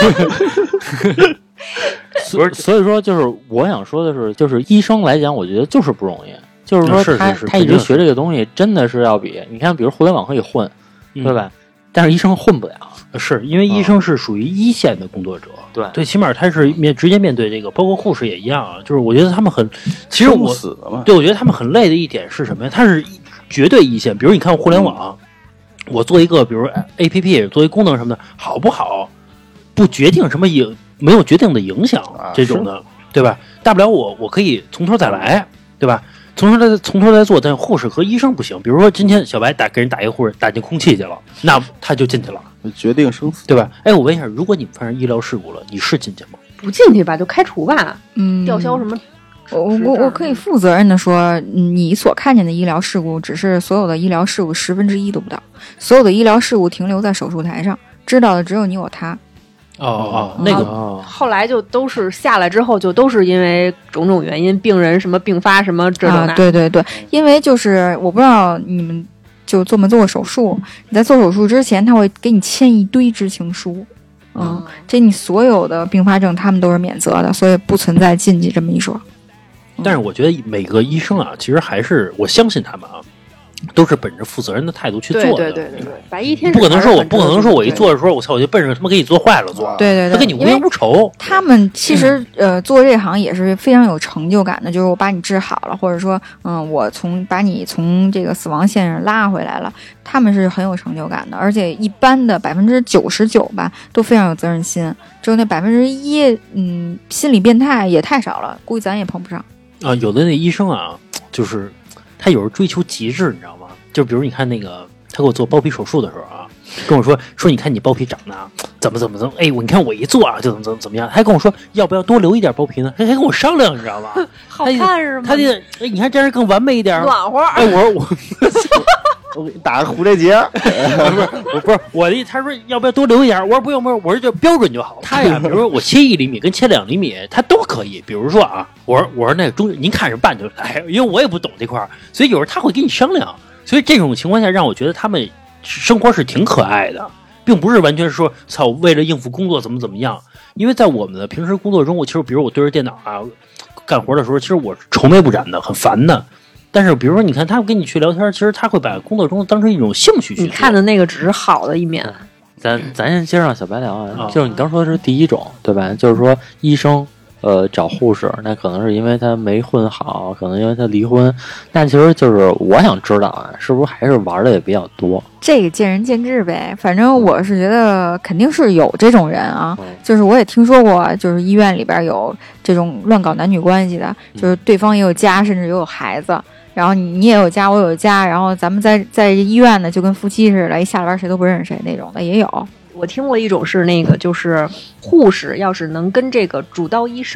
C: 不是，所以说就是我想说的是，就是医生来讲，我觉得就是不容易。就是说他一直学这个东西，真的是要比你看，比如互联网可以混，对吧？但是医生混不了，
A: 是因为医生是属于一线的工作者，
C: 对，
A: 起码他是直接面对这个，包括护士也一样啊。就是我觉得他们很，其实我觉得他们很累的一点是什么呀？他是绝对一线。比如你看互联网，我做一个，比如 APP 作为功能什么的，好不好，不决定什么没有决定的影响，这种的，对吧？大不了我可以从头再来，对吧？从头再做，但护士和医生不行。比如说今天小白给人打一个护士打进空气去了，那他就进去了，
B: 决定生死，
A: 对吧？哎，我问一下，如果你发生医疗事故了，你是进去吗？
D: 不进去吧，就开除吧，吊销什么？
E: 我可以负责任的说，你所看见的医疗事故只是所有的医疗事故1/10都不到，所有的医疗事故停留在手术台上，知道的只有你我他。
A: 那个
D: 后来就都是下来之后，就都是因为种种原因，病人什么并发什么这种的。
E: 对，因为就是我不知道你们就做没做过手术，你在做手术之前，他会给你签一堆知情书，这你所有的并发症他们都是免责的，所以不存在禁忌这么一说。
A: 但是我觉得每个医生啊，其实还是我相信他们啊。都是本着负责任的态度去做的，
D: 对，白衣天使
A: 不可能说我一做的时候，我操，我就奔着他妈给你做坏了做，
E: 对，
A: 他跟你无冤无仇。
E: 他们其实做这行也是非常有成就感的，就是我把你治好了，或者说我把你从这个死亡线上拉回来了，他们是很有成就感的，而且一般的99%吧都非常有责任心，只有那1%，心理变态也太少了，估计咱也碰不上
A: 啊。有的那医生啊，就是他有时候追求极致，你知道吗？就比如你看那个，他给我做包皮手术的时候啊，跟我说你看你包皮长得怎么，哎，你看我一做啊就怎么样，还跟我说要不要多留一点包皮呢？还跟我商量，你知道吗？
D: 好看是吗？
A: 他这哎，你看这样更完美一点，
D: 暖和。
A: 哎，我
B: 给你打个蝴蝶结，
A: 不是我的，他说要不要多留一点？我说不用，我说就标准就好。他呀，比如说我切1厘米跟切2厘米，他都可以。比如说啊，我说那个中您看着办就来，因为我也不懂这块儿，所以有时候他会跟你商量。所以这种情况下，让我觉得他们生活是挺可爱的，并不是完全说操为了应付工作怎么样。因为在我们的平时工作中，其实比如我对着电脑啊干活的时候，其实我是愁眉不展的，很烦的。但是比如说你看他们跟你去聊天，其实他会把工作中当成一种兴趣去做。
D: 你看的那个只是好的一面。
C: 咱先接着让小白聊啊，就是你刚说的是第一种，对吧？就是说医生找护士，那可能是因为他没混好，可能因为他离婚。那其实就是我想知道啊，是不是还是玩的也比较多？
E: 这个见仁见智呗，反正我是觉得肯定是有这种人啊，就是我也听说过，就是医院里边有这种乱搞男女关系的，就是对方也有家，甚至也有孩子。然后你也有家，我有家，然后咱们在医院呢，就跟夫妻似的，一下班谁都不认识谁那种的也有。
D: 我听过一种是那个，就是护士要是能跟这个主刀医生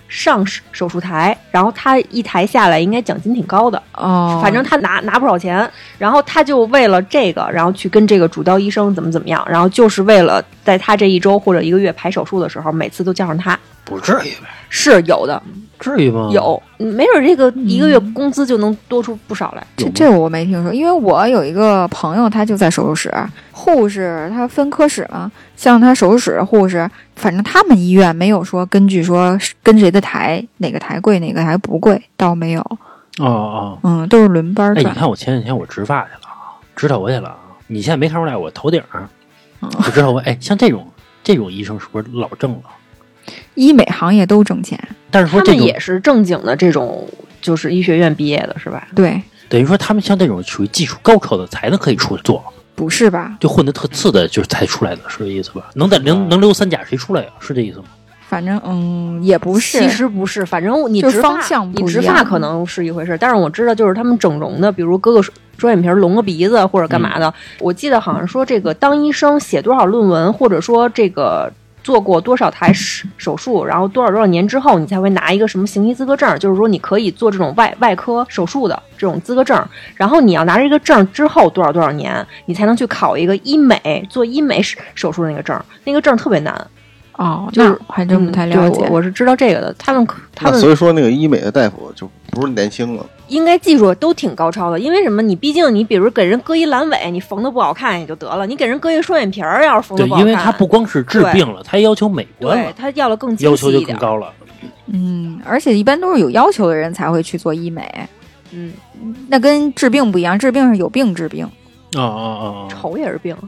D: 上手术台，然后他一台下来应该奖金挺高的
E: 哦，
D: 反正他拿不少钱，然后他就为了这个，然后去跟这个主刀医生怎么样，然后就是为了在他这1周或者1个月排手术的时候，每次都叫上他。
A: 不至于呗？
D: 是有的，
A: 至于吗？
D: 有，没准这个1个月工资就能多出不少来。
E: 这我没听说，因为我有一个朋友，他就在手术室，护士他分科室嘛，像他手术室护士，反正他们医院没有说根据说跟谁的台，哪个台贵哪个台不贵，倒没有。都是轮班。
A: 哎，你看我前几天我植发去了，植头去了，你现在没看出来我头顶就知道我像这种医生是不是老挣了？
E: 医美行业都挣钱，
A: 但是说
D: 他们也是正经的这种，就是医学院毕业的，是吧？
E: 对，
A: 等于说他们像这种属于技术高超的才能可以出去做，
E: 不是吧？
A: 就混得特次的，就是才出来的，是这意思吧？能留3甲谁出来呀？是这意思吗？
E: 反正也不是，
D: 其实不是，反正你植
E: 方向不一样，
D: 你植发可能是一回事，但是我知道就是他们整容的，比如割个双眼皮、隆个鼻子或者干嘛的，我记得好像说这个当医生写多少论文，或者说这个做过多少台手术，然后多少年之后，你才会拿一个什么行医资格证，就是说你可以做这种外科手术的这种资格证。然后你要拿着这个证之后多少年，你才能去考一个做医美手术的那个证，那个证特别难。
E: 哦，就是还真不太了解。
D: 我是知道这个的，他们
B: 所以说那个医美的大夫就不是年轻了，
D: 应该技术都挺高超的。因为什么？你毕竟你比如给人割一阑尾，你缝的不好看也就得了，你给人割一双眼皮儿，要是缝的不好看，
A: 对，因为他不光是治病了，他要求美观了，
D: 对，他要的更精细一点，
A: 要求就更高了。
E: 而且一般都是有要求的人才会去做医美。那跟治病不一样，治病是有病治病。
D: 丑也是病。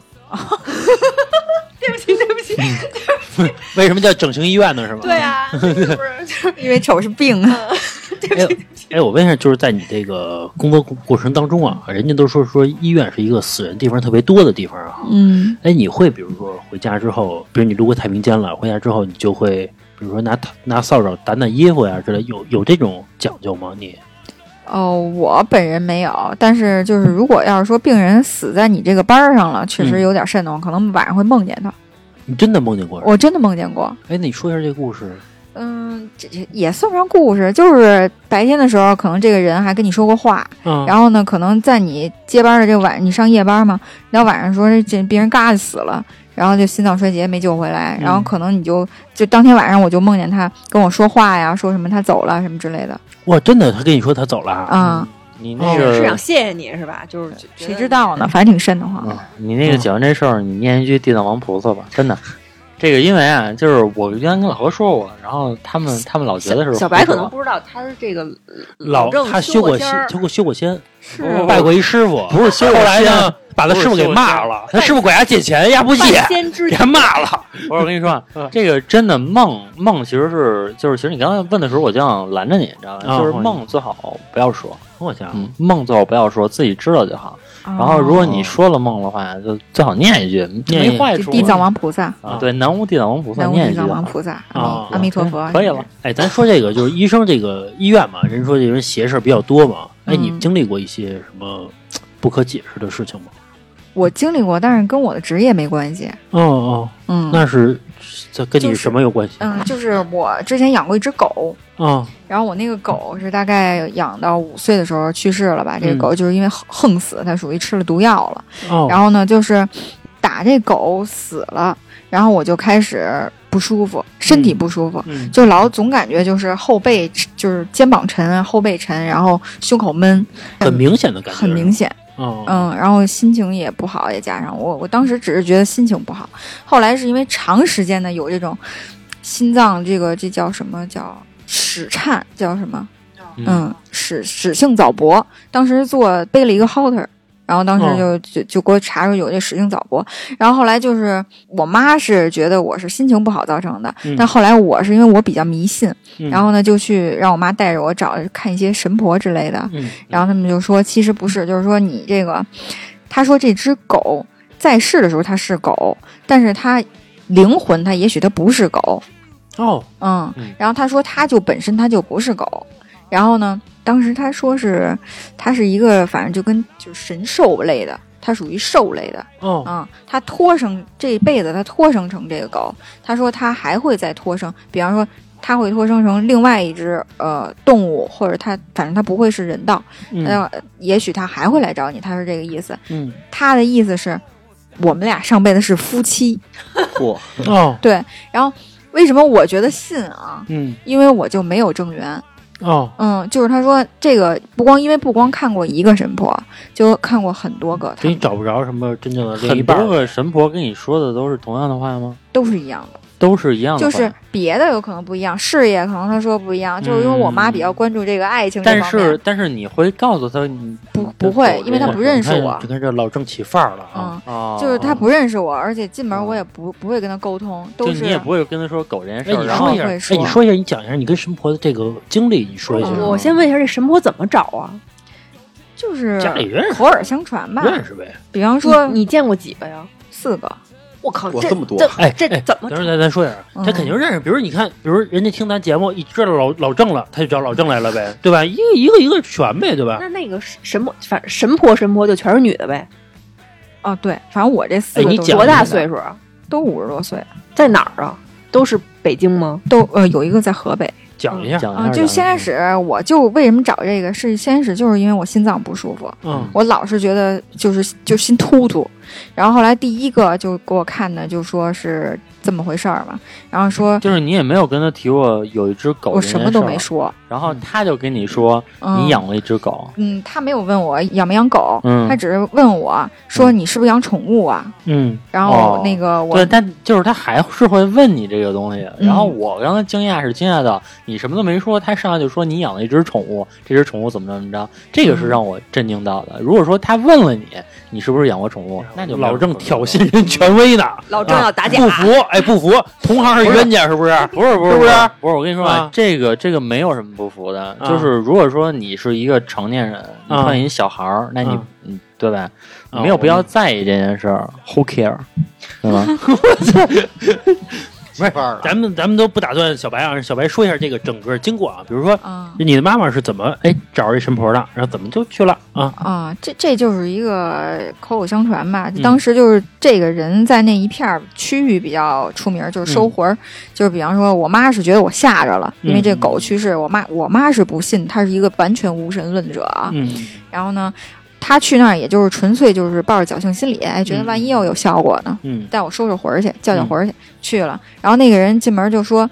D: 对不起，
A: 为什么叫整形医院呢？是吗？
D: 对啊，是不是？
E: 因为丑是病啊。
D: 对不起。
A: 我问一下，就是在你这个工作过程当中啊，人家都说医院是一个死人地方特别多的地方啊。你会比如说回家之后，比如你路过太平间了，回家之后你就会比如说拿扫帚掸衣服呀之类，有这种讲究吗？你？
E: 我本人没有，但是就是如果要是说病人死在你这个班上了，确实有点瘆得慌，可能晚上会梦见他。
A: 你真的梦见过？
E: 我真的梦见过。
A: 那你说一下这个故事。
E: 这也算不上故事，就是白天的时候，可能这个人还跟你说过话，然后呢，可能在你接班的这个晚，你上夜班嘛，然后晚上说这病人嘎就死了。然后就心脏衰竭没救回来，然后可能你就当天晚上我就梦见他跟我说话呀，说什么他走了什么之类的。
A: 哇，真的，他跟你说他走了
C: 你那个
D: 是想谢谢你是吧？就是
E: 谁知道呢？反正挺瘆得慌。
C: 你那个讲完这事儿，你念一句地藏王菩萨吧，真的。这个因为啊，就是我原来跟老何说过，然后他们老觉得是
D: 小白可能不知道，他是这个
A: 他修过仙，
E: 是
A: 拜过一师傅，
C: 不是修
A: 过仙呢。把他师傅给骂了，他师傅管他借钱，丫不借，给他骂了。
C: 我跟你说，这个真的梦其实是其实你刚才问的时候，我就想拦着你，你知道吗？就是梦最好不要说，
A: 我想
C: 梦最好不要说，自己知道就好。然后如果你说了梦的话，就最好念一句，没坏处。
E: 地藏王菩萨
C: 啊，对，南无地藏王菩萨，
E: 南无地藏王菩萨阿弥陀佛，
C: 可以了。
A: 咱说这个就是医生这个医院嘛，人说这人邪事比较多嘛。你经历过一些什么不可解释的事情吗？
E: 我经历过，但是跟我的职业没关系。
A: 那是这跟你什么有关系？
E: 就是我之前养过一只狗，然后我那个狗是大概养到5岁的时候去世了吧。这个狗就是因为横死，它属于吃了毒药了。然后呢，就是打这狗死了，然后我就开始不舒服，身体不舒服，就老总感觉就是后背就是肩膀沉，后背沉，然后胸口闷，
A: 很明显的感觉，
E: 很明显。然后心情也不好，也加上我当时只是觉得心情不好，后来是因为长时间的有这种心脏这叫什么叫室颤，叫什么室性早搏，当时背了一个 halter。然后当时就给我查出有这室性早搏，然后后来就是我妈是觉得我是心情不好造成的，但后来我是因为我比较迷信，然后呢就去让我妈带着我看一些神婆之类的，然后他们就说其实不是，就是说你这个，他说这只狗在世的时候它是狗，但是它灵魂它也许它不是狗然后他说它本身它就不是狗，然后呢。当时他说他是一个，反正就跟就是神兽类的，它属于兽类的。他这一辈子他托生成这个狗，他说他还会再托生，比方说它会托生成另外一只动物，或者反正它不会是人道，也许它还会来找你，它是这个意思。它的意思是我们俩上辈子是夫妻。对，然后为什么我觉得信啊？因为我就没有正缘。就是他说这个不光看过一个神婆，就看过很多个，
A: 你找不着什么真正的另一半。
C: 很多个神婆跟你说的都是同样的话吗？
E: 都是一样的。
C: 都是一样的，
E: 就是别的有可能不一样，事业可能他说不一样，就是因为我妈比较关注这个爱情这方面。
C: 但是你会告诉他你
E: 不会，因为他不认识我。
A: 就跟这老郑起范儿了
E: 就是他不认识我，而且进门我也不会跟他沟通，都是
C: 你也不会跟他说狗这件事。
A: 你说一下，你说一下，你讲一下你跟神婆的这个经历，你说一下。
D: 我先问一下，这神婆怎么找啊？
E: 就是
A: 家里认识，
E: 口耳相传吧，
A: 认识呗。
E: 比方说，
D: 你见过几个呀
E: ？4个。
D: 我靠，
B: 这么多！
D: 这怎么？
A: 等会儿咱说点，他肯定认识。比如你看，比如人家听咱节目，一知道老郑了，他就找老郑来了呗，对吧？一个全呗，对吧？
D: 那个神婆，反正神婆就全是女的呗。
E: 对，反正我这4个
A: 你
D: 多大岁数啊？
E: 都50多岁，
D: 在哪儿啊？都是北京吗？
E: 都有一个在河北。
A: 讲一下
E: 就先开始，我就为什么找这个？是先开始就是因为我心脏不舒服，我老是觉得就心突突，然后后来第一个就给我看的就说是这么回事儿嘛，然后说
C: 就是你也没有跟他提过有一只狗，
E: 我什么都没说，
C: 然后他就跟你说你养了一只狗，
E: 他没有问我养没养狗，他只是问我说你是不是养宠物啊，然后那个我
C: 对，但就是他还是会问你这个东西，然后我刚才惊讶到你什么都没说，他上来就说你养了一只宠物，这只宠物怎么着，这个是让我震惊到的。如果说他问了你是不是养过宠物，那就
A: 老郑挑衅人权威呢，
D: 老郑要打架，
A: 不服，不服，同行是冤家，是不是？
C: 不是，我跟你说，这个没有什么不服的，就是如果说你是一个成年人，你碰一小孩儿，那你对吧？你没有必要在意这件事儿，Who care？ 对吧？
A: 不是，咱们都不打断小白啊，小白说一下这个整个经过啊，比如说，你的妈妈是怎么找这神婆的，然后怎么就去了啊？
E: 这就是一个口口相传吧。当时就是这个人在那一片区域比较出名，就是收魂，就是比方说我妈是觉得我吓着了，因为这个狗去世，我妈是不信，她是一个完全无神论者啊。然后呢，他去那儿也就是纯粹就是抱着侥幸心理，觉得万一又有效果呢，带我收魂去，叫魂去，去了。然后那个人进门就说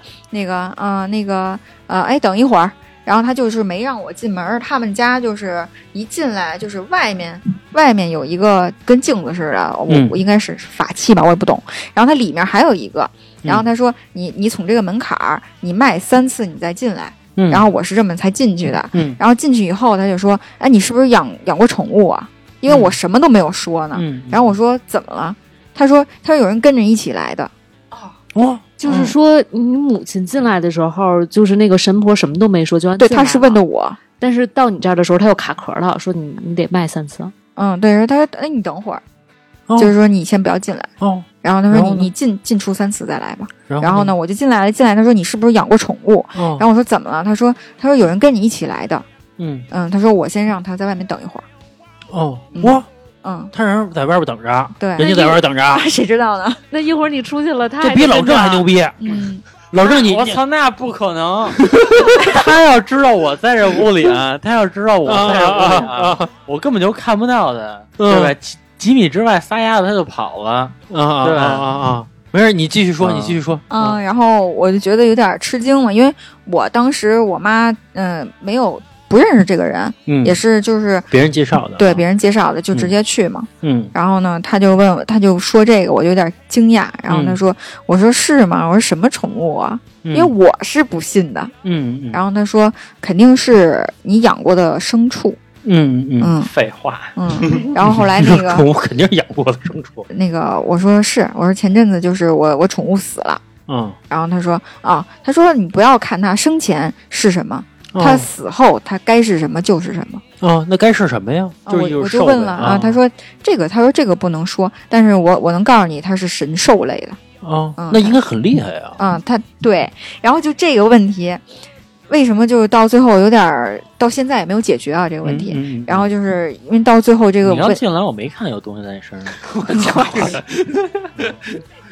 E: 等一会儿，然后他就是没让我进门。他们家就是一进来就是外面有一个跟镜子似的，我应该是法器吧，我也不懂。然后它里面还有一个，然后他说你从这个门槛儿你迈3次你再进来。然后我是这么才进去的，然后进去以后他就说，你是不是养过宠物啊？因为我什么都没有说呢。然后我说怎么了？他说有人跟着一起来的。
F: 就是说你母亲进来的时候，就是那个神婆什么都没说，就
E: 对，他是问的我，
F: 但是到你这儿的时候他又卡壳了，说你得迈3次。
E: 对，他说你等会儿，就是说你先不要进来。然后他说你进出3次再来吧。然后呢，我就进来了。他说你是不是养过宠物？然后我说怎么了？他说有人跟你一起来的。他说我先让他在外面等一会儿。
A: 他人在外边等着，
E: 对，
A: 人家在外边等着，
E: 谁知道呢？
F: 那一会儿你出去了，他
A: 这比老郑还牛逼。老郑
C: 我操，那不可能！他要知道我在这屋里，他要知道我在这屋里，我根本就看不到他，对吧？几米之外撒丫子他就跑了，对吧？
A: 没事，你继续说，
E: 然后我就觉得有点吃惊嘛，因为我当时我妈没有不认识这个人，也是就是
A: 别人介绍的，
E: 对，别人介绍的，就直接去嘛。然后呢，他就说这个，我就有点惊讶。然后他说，我说是吗？我说什么宠物啊？因为我是不信的。然后他说肯定是你养过的牲畜。
C: 废话。
E: 然后后来那个
A: 宠物肯定养过的牲畜。
E: 那个我说是，我说前阵子就是我宠物死了。然后他说你不要看它生前是什么，它死后它该是什么就是什么。
A: 那该是什么呀？
E: 我就问了他说这个不能说，但是我能告诉你它是神兽类的。
A: 那应该很厉害呀。
E: 它对，然后就这个问题。为什么就是到最后有点到现在也没有解决啊这个问题？然后就是因为到最后这个
C: 你刚进来我没看有东西在你身上，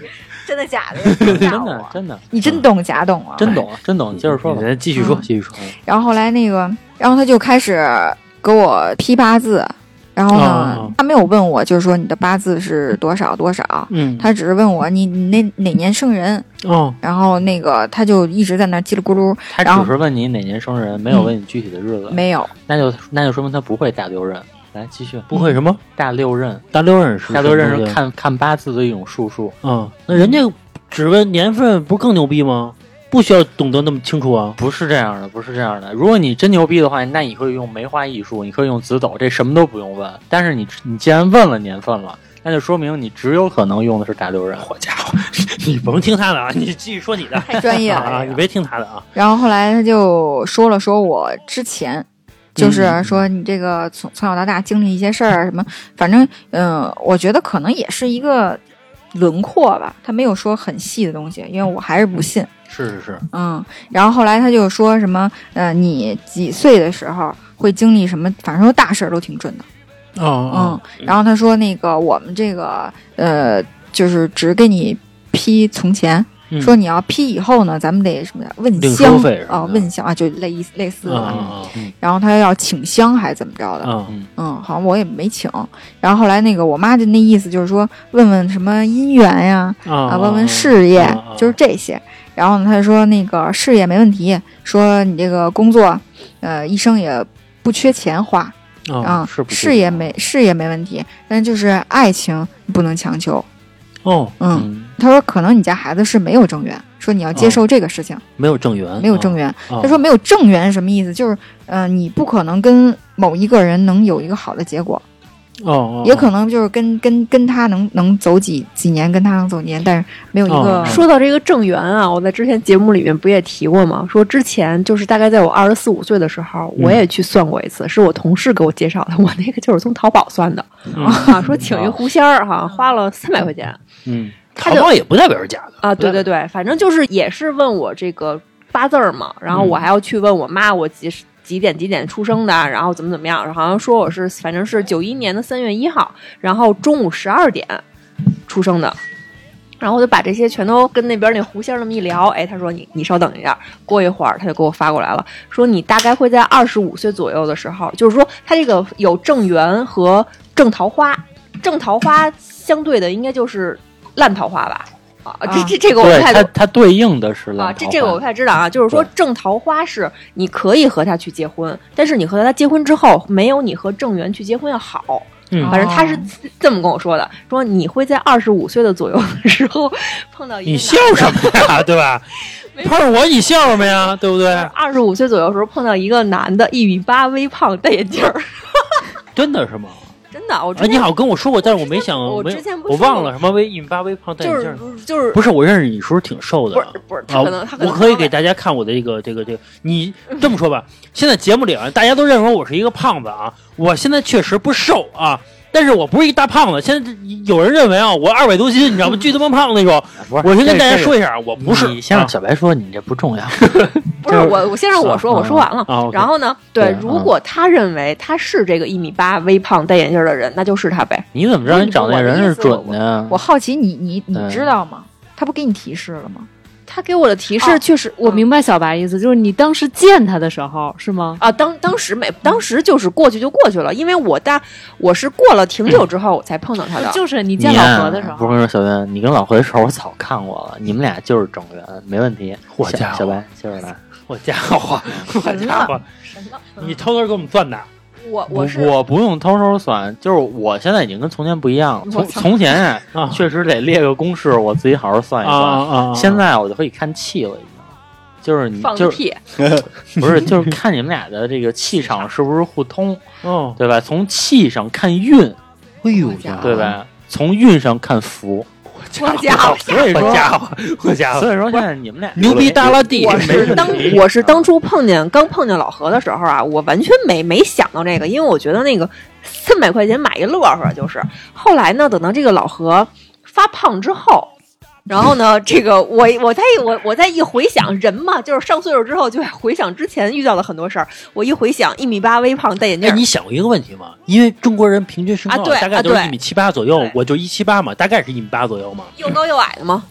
E: 真的假的？
C: 真的，
E: 你真懂假懂啊？
C: 真懂，接着说吧，
A: 继续说。
E: 然后后来然后他就开始给我批八字。然后呢，他没有问我，就是说你的八字是多少，他只是问我你哪年生人。然后他就一直在那叽里咕噜。
C: 他只是问你哪年生人，没有问你具体的日子。
E: 没有，
C: 那就说明他不会大六壬。来继续，
A: 不会什么
C: 大六壬？
A: 大六壬是
C: 看八字的一种术数。
A: 那人家只问年份，不更牛逼吗？不需要懂得那么清楚啊！
C: 不是这样的。如果你真牛逼的话，那你可以用梅花易数，你可以用紫斗，这什么都不用问。但是你既然问了年份了，那就说明你只有可能用的是大六壬。
A: 好家伙，你甭听他的啊，你继续说你的，
E: 太专业了
A: 啊！你别听他的啊。
E: 然后后来他就说我之前。就是说你这个从小到大经历一些事儿什么，反正我觉得可能也是一个轮廓吧，他没有说很细的东西，因为我还是不信。
A: 是。
E: 然后后来他就说什么你几岁的时候会经历什么，反正说大事儿都挺准的。然后他说我们这个就是只给你批从前。说你要批以后呢，咱们得什么问香问香啊，就类似的。然后他要请香还怎么着的？好像我也没请。然后后来我妈的那意思就是说问问什么姻缘呀，问问事业，就是这些。然后呢，他说事业没问题，说你这个工作一生也不缺钱花事业没问题，但就是爱情不能强求。他说可能你家孩子是没有正缘，说你要接受这个事情。
A: 没有正缘。
E: 他说没有正缘什么意思？就是你不可能跟某一个人能有一个好的结果。也可能就是跟他能走几年，跟他能走年，但是没有一个。
D: 说到这个正缘啊，我在之前节目里面不也提过吗？说之前就是大概在我24、25岁的时候，我也去算过一次，是我同事给我介绍的。我那个就是从淘宝算的说请一狐仙儿花了300块钱。
A: 淘宝也不代表是假的
D: 啊。对，反正就是也是问我这个八字嘛，然后我还要去问我妈我几点出生的，然后怎么样，好像说我是反正是91年的3月1号，然后中午12点出生的。然后我就把这些全都跟那边那狐仙那么一聊，他说你稍等一下，过一会儿他就给我发过来了，说你大概会在25岁左右的时候，就是说他这个有正缘和正桃花，正桃花相对的应该就是烂桃花吧。这个我不太
C: 它对应的是烂桃花
D: 这个我不太知道啊。就是说正桃花是你可以和他去结婚，但是你和他结婚之后没有你和正缘去结婚要好。反正他是这么跟我说的，说你会在25岁的左右的时候碰到一个。
A: 你笑什么呀？对吧？碰我你笑什么呀？对不对
D: ？25岁左右的时候碰到一个男的，1.8米微胖，戴眼镜儿。
A: 真的是吗？
D: 真的，
A: 你好跟我说过，但是我没想，
D: 我之前
A: 我忘了什么1.8米微胖戴眼镜，
D: 就是
A: 不是我认识你时候挺瘦的，
D: 不是，他可能
A: 我可以给大家看我的这个，你这么说吧，现在节目里啊，大家都认为我是一个胖子啊，我现在确实不瘦啊。但是我不是一大胖子，现在有人认为啊，我200多斤，你知道吗？巨他妈胖那种。我先跟大家说一下，我不是。
C: 你先让小白说，你这不重要。
D: 不是我先让我说，我说完了。然后呢，对，如果他认为他是这个1.8米微胖戴眼镜的人，那就是他呗。
C: 你怎么知道你找那人是准的？
E: 我好奇你知道吗？他不给你提示了吗？
D: 他给我的提示确实，
F: 我明白小白意思，就是你当时见他的时候是吗？
D: 当时就是过去就过去了，因为我是过了挺久之后才碰到他的。
F: 就是你见老何的时候，
C: 不是小袁，你跟老何的时候我早看过了，你们俩就是正缘，没问题。
A: 我家伙，
C: 小白接着来，
A: 我家伙，你偷偷给我们算的。
C: 我不用偷偷算，就是我现在已经跟从前不一样了。从前确实得列个公式，我自己好好算一算。现在我就可以看气了，已经。就是你
D: 放屁，
C: 不是，就是看你们俩的这个气场是不是互通，对吧？从气上看运，
A: 哎呦，
C: 对吧？从运上看福。
D: 我家伙，
C: 所以说
A: 所
C: 以说现在你们俩
A: 牛逼大拉地。
D: 我是当初刚碰见老何的时候啊，我完全没想到这个，因为我觉得那个300块钱买一乐呵就是。后来呢，等到这个老何发胖之后。然后呢，这个我再一回想，人嘛，就是上岁数之后就会回想之前遇到的很多事儿。我一回想，1.8米微胖戴眼镜。
A: 你想过一个问题吗？因为中国人平均身高大概都是1.78米左右，我就1.78嘛，大概是1.8米左右嘛。
D: 又高又矮的吗？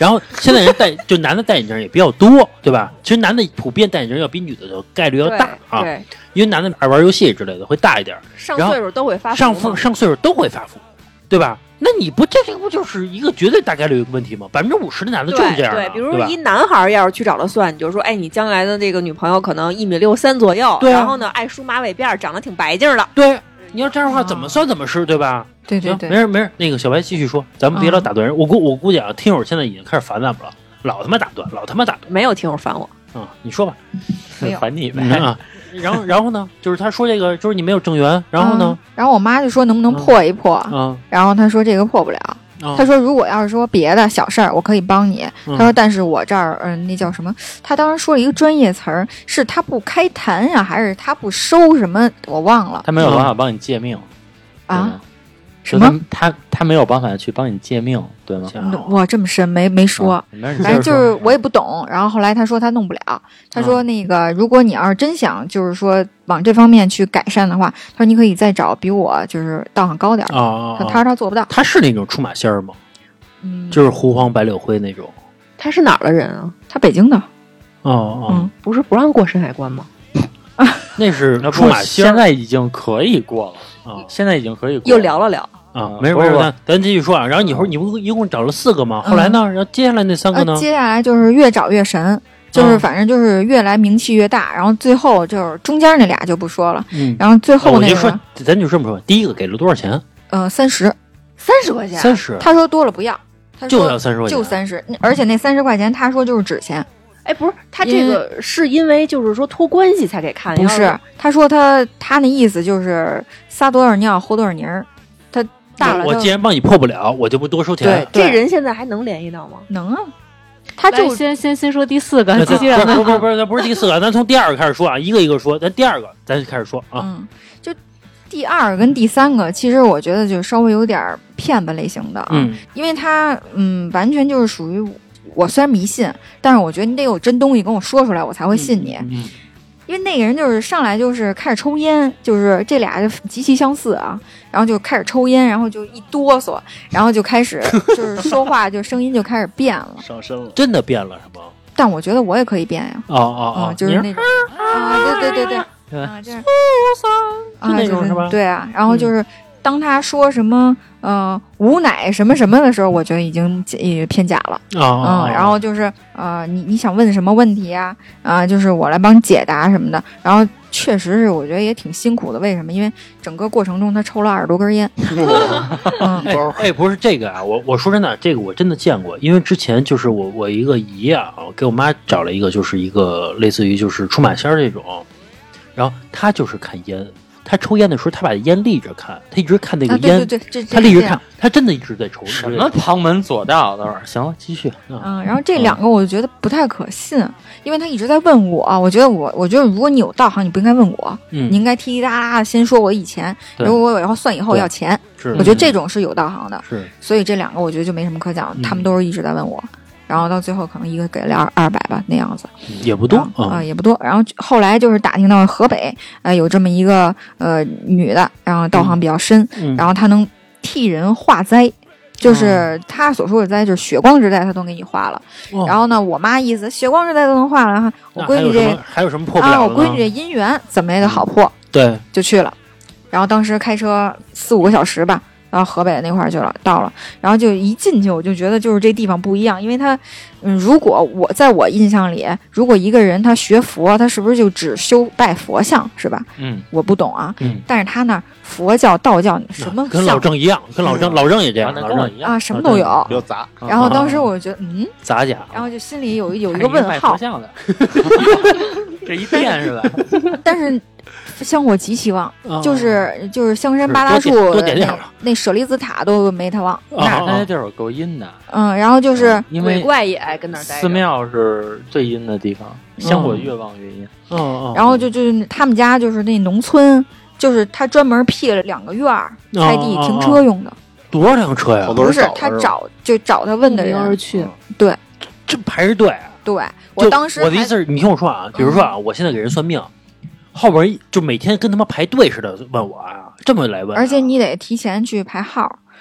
A: 然后现在人就男的戴眼镜也比较多，对吧？其实男的普遍戴眼镜要比女的的概率要大啊，
D: 对，
A: 因为男的爱玩游戏之类的会大一点，
D: 上岁数都会发福，
A: 上岁数都会发福，对吧？那你不这不就是一个绝对大概率的问题吗？50%的男的就是这样的，
D: 对，比如说一男孩要是去找了算，你就说，哎，你将来的这个女朋友可能1.63米左右，
A: 对、
D: 然后呢爱梳马尾辫，长得挺白净的，
A: 对。你要这样的话，怎么算怎么是，对吧？
E: 对对对，
A: 没事，那个小白继续说，咱们别老打断人。我估计啊，听友现在已经开始烦咱们了，老他妈打断。
D: 没有听友烦我
A: 你说吧，
C: 烦你呗
A: 啊。然后呢，就是他说这个，就是你没有正缘，然后呢，
E: 然后我妈就说能不能破一破，然后他说这个破不了。他说：“如果要是说别的小事儿，我可以帮你。”他说：“但是我这儿，那叫什么？他当时说了一个专业词儿，是他不开坛呀，还是他不收什么？我忘了。
C: 他没有办法帮你借命
E: 啊？什么？
C: 他没有办法去帮你借命，对吗？
E: 哇，这么深没说，反正就是我也不懂。然后后来他说他弄不了，他说那个如果你要是真想就是说往这方面去改善的话，他说你可以再找比我就是道行高点的。他说他做不到。
A: 他是那种出马仙儿吗？就是胡黄白柳灰那种。
D: 他是哪儿的人啊？
E: 他北京的。
D: 不是不让过深海关吗？
A: 那是出马仙，
C: 现在已经可以过了啊！现在已经可以过了，
D: 又聊了聊
A: 啊，没事，咱继续说啊。然后你不一共找了4个吗？后来呢？然后接下来那3个呢？
E: 接下来就是越找越神，就是反正就是越来名气越大，然后最后就是中间那俩就不说了，然后最后那个，
A: 咱就这么说，第一个给了多少钱
E: ？30
D: 块钱
A: ，30。
E: 他说多了不要，
A: 就要30块钱，
E: 就30，而且那30块钱他说就是纸钱。
D: 哎，不是，他这个是因为就是说托关系才给看，
E: 不是？他说他那意思就是撒多少尿和多少泥儿，他大了。
A: 我既然帮你破不了，我就不多收钱。
D: 对，这人现在还能联系到吗？
E: 能啊，他就
F: 先说第4个，继续让他
A: 不是第4个，咱从第2个开始说啊，一个一个说，咱第2个咱开始说啊。
E: 就第2个跟第3个，其实我觉得就稍微有点骗子类型的啊，因为他完全就是属于。我虽然迷信，但是我觉得你得有真东西跟我说出来，我才会信你。因为那个人就是上来就是开始抽烟，就是这俩就极其相似啊。然后就开始抽烟，然后就一哆嗦，然后就开始就是说话，就声音就开始变了，
B: 上身了，
A: 真的变了是吗？
E: 但我觉得我也可以变呀。就是那种对啊，就是
A: 那种是吧？
E: 对啊，然后就是当他说什么。无奶什么什么的时候，我觉得已经偏假了然后就是你想问什么问题啊？就是我来帮你解答什么的。然后确实是我觉得也挺辛苦的，为什么？因为整个过程中他抽了20多根烟。
A: 不是这个啊，我说真的，这个我真的见过，因为之前就是我一个姨啊，给我妈找了一个，就是一个类似于就是出马仙这种，然后他就是看烟。他抽烟的时候，他把烟立着看，他一直看那个烟，他立着看，他真的一直在抽。
C: 什么旁门左道的？行了，继续。
E: 然后这2个我就觉得不太可信，因为他一直在问我，我觉得如果你有道行，你不应该问我，你应该滴滴答答的先说我以前，如果我要算以后要钱，我觉得这种是有道行的。所以这2个我觉得就没什么可讲，他们都是一直在问我。然后到最后可能一个给了200吧，那样子
A: 也不多
E: 也不多。然后后来就是打听到河北有这么一个女的，然后道行比较深，然后她能替人化灾，就是她所说的灾就是血光之灾，她都给你化了。然后呢，我妈意思血光之灾都能化了哈，我闺女这
A: 还有什么破不了的
E: 我闺女这姻缘怎么也得好破，
A: 对，
E: 就去了。然后当时开车4-5个小时吧。到河北那块儿去了，到了，然后就一进去，我就觉得就是这地方不一样，因为他，如果在我印象里，如果一个人他学佛，他是不是就只修拜佛像，是吧？我不懂啊。但是他那佛教、道教什么
A: 跟老郑一样，跟老郑也这样，
C: 老郑一样
E: 啊，什么都有，
B: 比较杂。
E: 然后当时我就觉得，
A: 杂家，
E: 然后就心里有一个问号。
C: 这一变是吧？
E: 但是。香火极其旺，就是香山八大处那舍利子塔都没他旺，
C: 那地儿够阴的。
E: 然后就是
C: 因为
D: 鬼怪也爱跟那儿待着，
C: 寺庙是最阴的地方，香火越旺越阴。
E: 然后就是他们家就是那农村，就是他专门辟了2个院儿，菜地停车用的。
A: 多少辆车呀？
E: 不是他找他问的人
F: 而去，
E: 对，
A: 这排着队。
E: 对，我当时
A: 我的意思是，你听我说啊，比如说啊，我现在给人算命。后边就每天跟他妈排队似的问我啊，这么来问，
E: 而且你得提前去排号，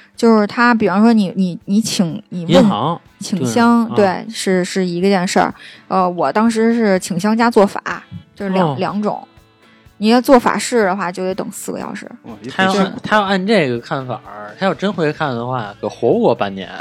E: 就是他，比方说你问
A: 银行
E: 请香，对，是一个件事儿。我当时是请香加做法，就是两种。你要做法事的话，就得等4个小时。
C: 他要按这个看法，他要真会看的话，可活不过半年。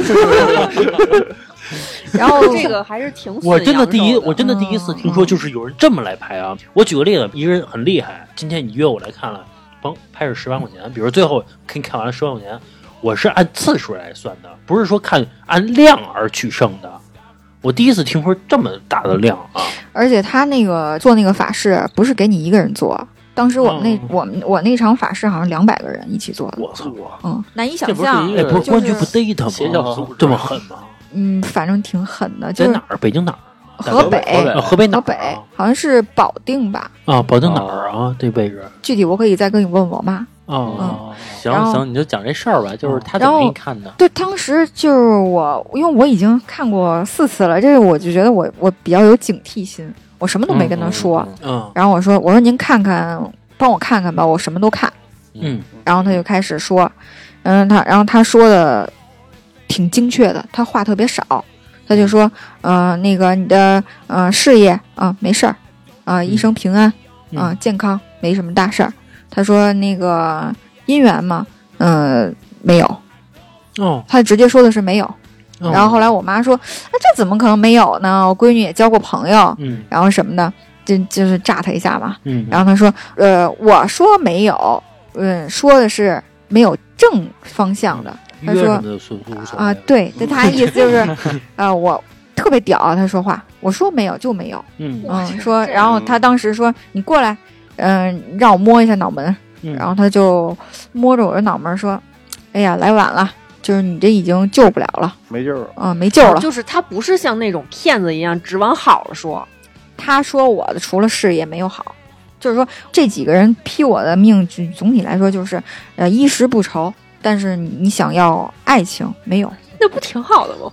D: 然后这个还是挺
A: 我真的第一次听说，就是有人这么来排啊。我举个例子，一个人很厉害，今天你约我来看了，拍是10万块钱，比如最后给你看完了10万块钱，我是按次数来算的，不是说按量而取胜的。我第一次听说这么大的量啊！
E: 而且他那个做那个法事不是给你一个人做，当时我那场法事好像200个人一起做的。
A: 我操！
E: 难以想象。
A: 不是公安局不逮他吗？这么狠吗？
E: 反正挺狠的。
A: 在哪儿？北京哪儿？
E: 河北
A: 哪儿？
E: 好像是保定吧？
A: 保定哪儿啊？这位置
E: 具体我可以再跟你问我妈。
C: 行，你就讲这事儿吧，就是他怎么给你看的？
E: 对，当时就是因为我已经看过4次了，这个我就觉得我比较有警惕心，我什么都没跟他说。然后我说您看看，帮我看看吧，我什么都看。然后他就开始说，然后他说的挺精确的，他话特别少，他就说，那个你的事业没事儿，一生平安，健康没什么大事儿。他说那个姻缘嘛，没有。他直接说的是没有。然后后来我妈说，这怎么可能没有呢？我闺女也交过朋友，然后什么的，就是炸他一下嘛。然后他说，我说没有，说的是没有正方向的。他说对，他意思就是，我特别屌，他说话，我说没有就没有。说，然后他当时说你过来。让我摸一下脑门，然后他就摸着我的脑门说：“哎呀，来晚了，就是你这已经救不了了，
B: 没救了，
E: 没救了。”
D: 就是他不是像那种骗子一样只往好了说，
E: 他说我的除了事业没有好，就是说这几个人批我的命，总体来说就是衣食不愁，但是你想要爱情没有。
D: 那不挺好的吗？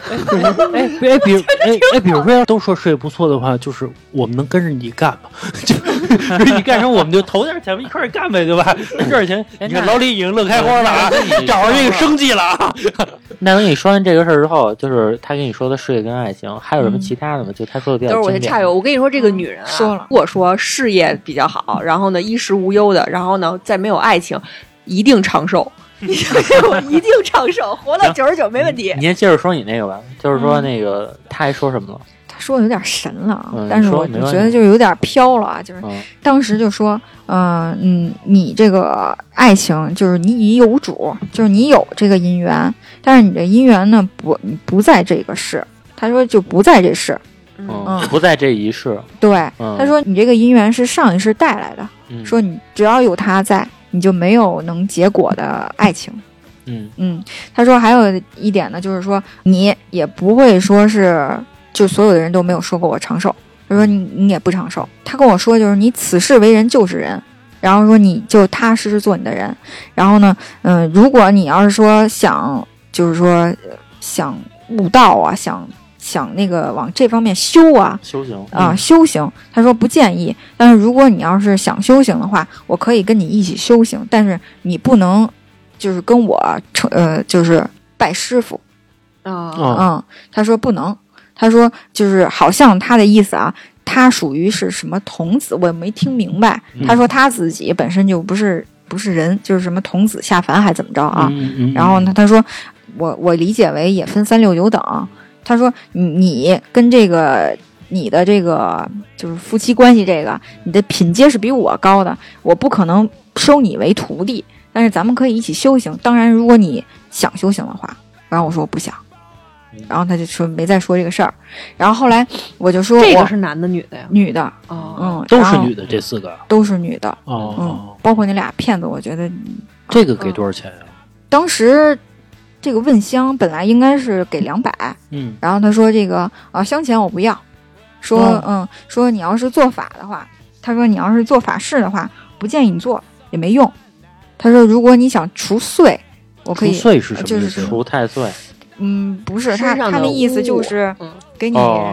A: 比如说都说事业不错的话，就是我们能跟着你干吗？就你干什么我们就投点钱一块儿干呗，对吧？这点钱，你看老李已经乐开花了啊，找着这个生计了啊。
C: 那等你说完这个事儿之后，就是他跟你说的事业跟爱情，还有什么其他的吗？就他说的比较经典。
D: 都是我插一个，我跟你说，这个女人
E: 说了，
D: 如果说事业比较好，然后呢衣食无忧的，然后呢再没有爱情，一定长寿。你我一定长寿，活到99没问题。
C: 你先接着说你那个吧，就是说那个他还说什么了？
E: 他说的有点神了，但是我觉得就有点飘了啊。就是当时就说，你这个爱情就是你已有主，就是你有这个姻缘，但是你这姻缘呢不在这个世。他说就不在这世，
C: 不在这一世。
E: 对，他说你这个姻缘是上一世带来的，说你只要有他在。你就没有能结果的爱情。他说还有一点呢，就是说你也不会说是就所有的人都没有说过我长寿，他说你也不长寿。他跟我说就是你此世为人就是人，然后说你就踏踏实实做你的人，然后呢如果你要是说想就是说想悟道啊，想那个往这方面修行，他说不建议，但是如果你要是想修行的话，我可以跟你一起修行，但是你不能就是跟我就是拜师傅。他说不能，他说就是好像他的意思啊，他属于是什么童子，我也没听明白。他说他自己本身就不是人，就是什么童子下凡还怎么着啊。然后呢他说我理解为也分3、6、9等。他说你跟这个你的这个就是夫妻关系，这个你的品阶是比我高的，我不可能收你为徒弟，但是咱们可以一起修行，当然如果你想修行的话。然后我说我不想，然后他就说没再说这个事儿。然后后来我就说
D: 这个是男的女的呀？
E: 女的。
A: 都是女的，这4个
E: 都是女的。包括那俩骗子，我觉得
A: 这个给多少钱呀？
E: 当时这个问香本来应该是给200，然后他说这个香钱我不要，说说你要是做法的话，他说你要是做法事的话，不建议你做，也没用。他说如果你想除祟，我可以。
A: 除祟是什么意思？
C: 除太岁。
E: 不是，他的意思就是给你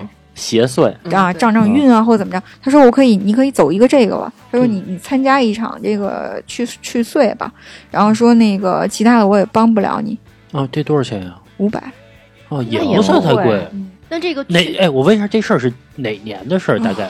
C: 邪祟
E: 啊，胀晕啊，或者怎么着。他说你可以走一个这个吧。他说你参加一场这个去祟吧。然后说那个其他的我也帮不了你。
A: 啊，这多少钱呀
E: ？500。
A: 哦，也不算太贵。
D: 那这个
A: 我问一下，这事儿是哪年的事儿？大概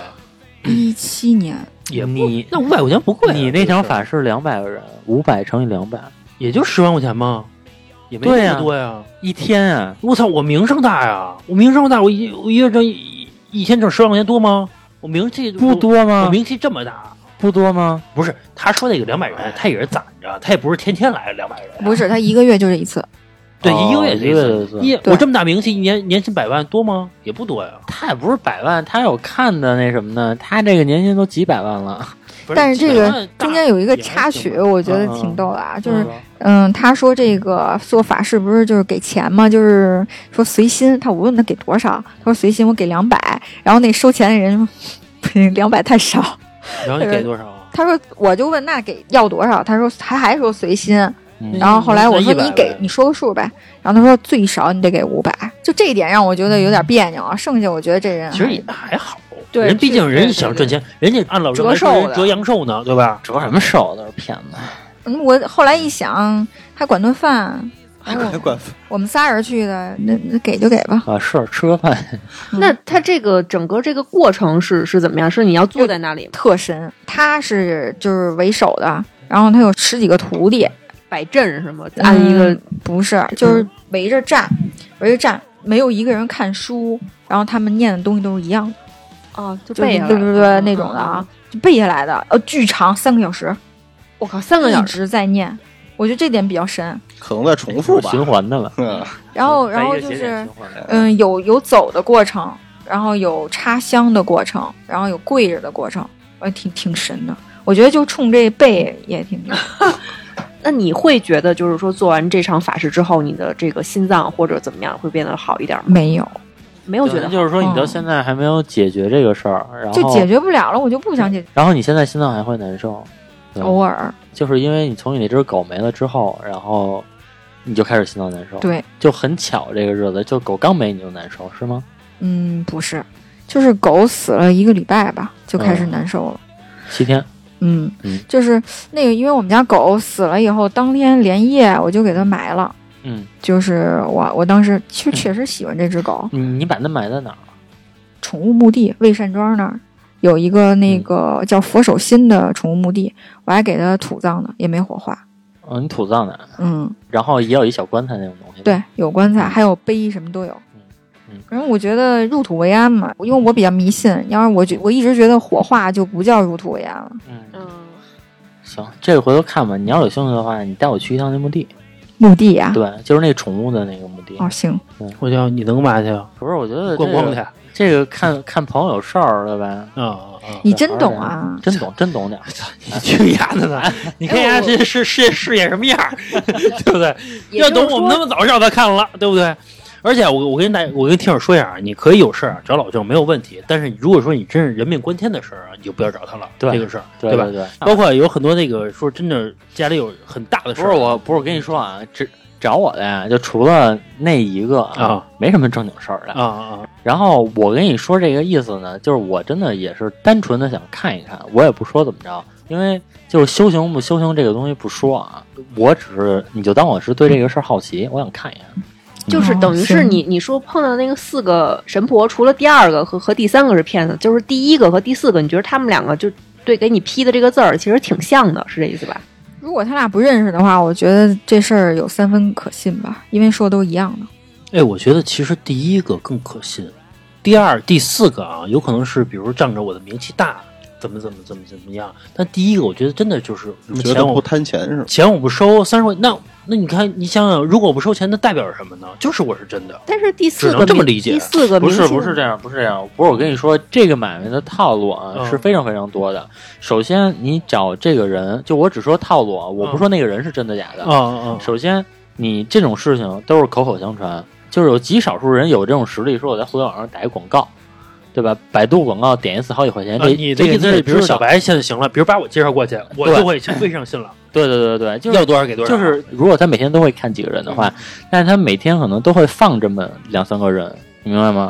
E: 17年。
A: 也你那500块钱不贵。
C: 你那场法事200个人，500乘以200，
A: 也就10万块钱吗？也没那么多呀，
C: 一天啊！
A: 我操，我名声大呀！我名声大，我一月挣一天挣10万块钱多吗？我名气
C: 不多吗？
A: 我名气这么大，
C: 不多吗？
A: 不是，他说那个200人，他也是攒着，他也不是天天来200人。
E: 不是，他1个月就这一次。
A: 对，一个月
C: 一次。
A: 我这么大名气，年薪100万多吗？也不多呀。
C: 他也不是100万，他有看的那什么呢？他这个年薪都几百万了。
E: 但是这个中间有一个插曲，我觉得挺逗的啊，就是他说这个做法事不是就是给钱吗？就是说随心，我问他给多少，他说随心我给200，然后那收钱的人说不行200太少，
A: 然后你给多少？
E: 他说我就问那要多少，他说还说随心。然后后来我说你说个数呗，然后他说最少你得给500，就这一点让我觉得有点别扭啊。剩下我觉得这人
A: 其实也还好，
E: 对，
A: 人毕竟人想赚钱，人家按老
E: 折寿
A: 折阳寿呢，对吧？
C: 折什么寿都是骗子。
E: 我后来一想，还管顿饭，
B: 还管
E: 我们仨人去的，那给就给吧。
C: 啊，是吃个饭。
D: 那他这个整个这个过程是怎么样？是你要坐在那里
E: 特神，他是就是为首的，然后他有10几个徒弟。
D: 摆阵是吗？按一个
E: 不是，就是围着站，没有一个人看书，然后他们念的东西都是一样的。
D: 哦，就背下来，
E: 对那种的啊，就背下来的。巨长3个小时，
D: 我靠，3个小
E: 时一直在念，我觉得这点比较神。
B: 可能在重复吧，
C: 循环的了。
E: 然后就是有走的过程，然后有插香的过程，然后有跪着的过程，挺神的。我觉得就冲这背也挺牛。
D: 那你会觉得就是说做完这场法事之后，你的这个心脏或者怎么样会变得好一点吗？
E: 没有
C: 觉得，就是说你到现在还没有解决这个事儿，然后
E: 就解决不了了，我就不想解决。
C: 然后你现在心脏还会难受？
E: 偶尔，
C: 就是因为你从你那只狗没了之后，然后你就开始心脏难受。
E: 对，
C: 就很巧这个日子，就狗刚没你就难受是吗？
E: 不是，就是狗死了1个礼拜吧，就开始难受了。
C: 7天。
E: 就是那个，因为我们家狗死了以后，当天连夜我就给它埋了。就是我当时确实喜欢这只狗。
C: 你把它埋在哪儿？
E: 宠物墓地，魏善庄那儿有一个那个叫佛手心的宠物墓地，我还给它土葬的，也没火化。
C: 你土葬的？
E: 然
C: 后也有一小棺材那种东西。
E: 对，有棺材，还有碑，什么都有。反正我觉得入土为安嘛，因为我比较迷信。要是我一直觉得火化就不叫入土为安了。
C: 行，这个回头看吧。你要有兴趣的话，你带我去一趟那墓地。
E: 墓地呀？
C: 对，就是那宠物的那个墓地。
E: 哦，行。
A: 我叫你能嘛去啊？
C: 不是，我觉得
A: 观光去。
C: 这个看朋友事儿，对吧？
E: 你真懂啊！
C: 真懂点。
A: 你去丫的呢？你看丫视野什么样，对不对？要懂我们那么早让他看了，对不对？而且我跟听友说一下，你可以有事儿找老郑没有问题，但是如果说你真是人命关天的事儿啊，你就不要找他了。这个事儿，对吧？
C: 对，
A: 包括有很多那个说真的家里有很大的事儿。
C: 不是我跟你说啊，找我的呀，就除了那一个啊，没什么正经事儿的
A: 啊。
C: 然后我跟你说这个意思呢，就是我真的也是单纯的想看一看，我也不说怎么着，因为就是修行不修行这个东西不说啊，我只是你就当我是对这个事儿好奇，我想看一看。
D: 就是等于是你说碰到那个4个神婆，除了第2个和第3个是骗子，就是第1个和第4个，你觉得他们2个就对给你批的这个字儿其实挺像的，是这意思吧？
E: 如果他俩不认识的话，我觉得这事儿有3分可信吧，因为说都一样
A: 的。我觉得其实第1个更可信，第2、第4个啊，有可能是比如仗着我的名气大，怎么样。但第1个我觉得真的就是
B: 钱我不贪钱是吧？
A: 钱我不收，30块，那你看，你想想，如果我不收钱，那代表着什么呢？就是我是真的。
D: 但是第4个
A: 只能这么理解。
D: 第4个
C: 不是这样，不是我跟你说，这个买卖的套路啊是非常非常多的。首先，你找这个人，就我只说套路啊，我不说那个人是真的假的。首先，你这种事情都是口口相传，就是有极少数人有这种实力，说我在互联网上打一广告。对吧？百度广告点一次好几块钱，
A: 你的意思是，比如小白现在行了，比如把我介绍过去，我就会非常信了。
C: 对，就是
A: 要多少给多少。
C: 就是如果他每天都会看几个人的话，但是他每天可能都会放这么2、3个人，你明白吗？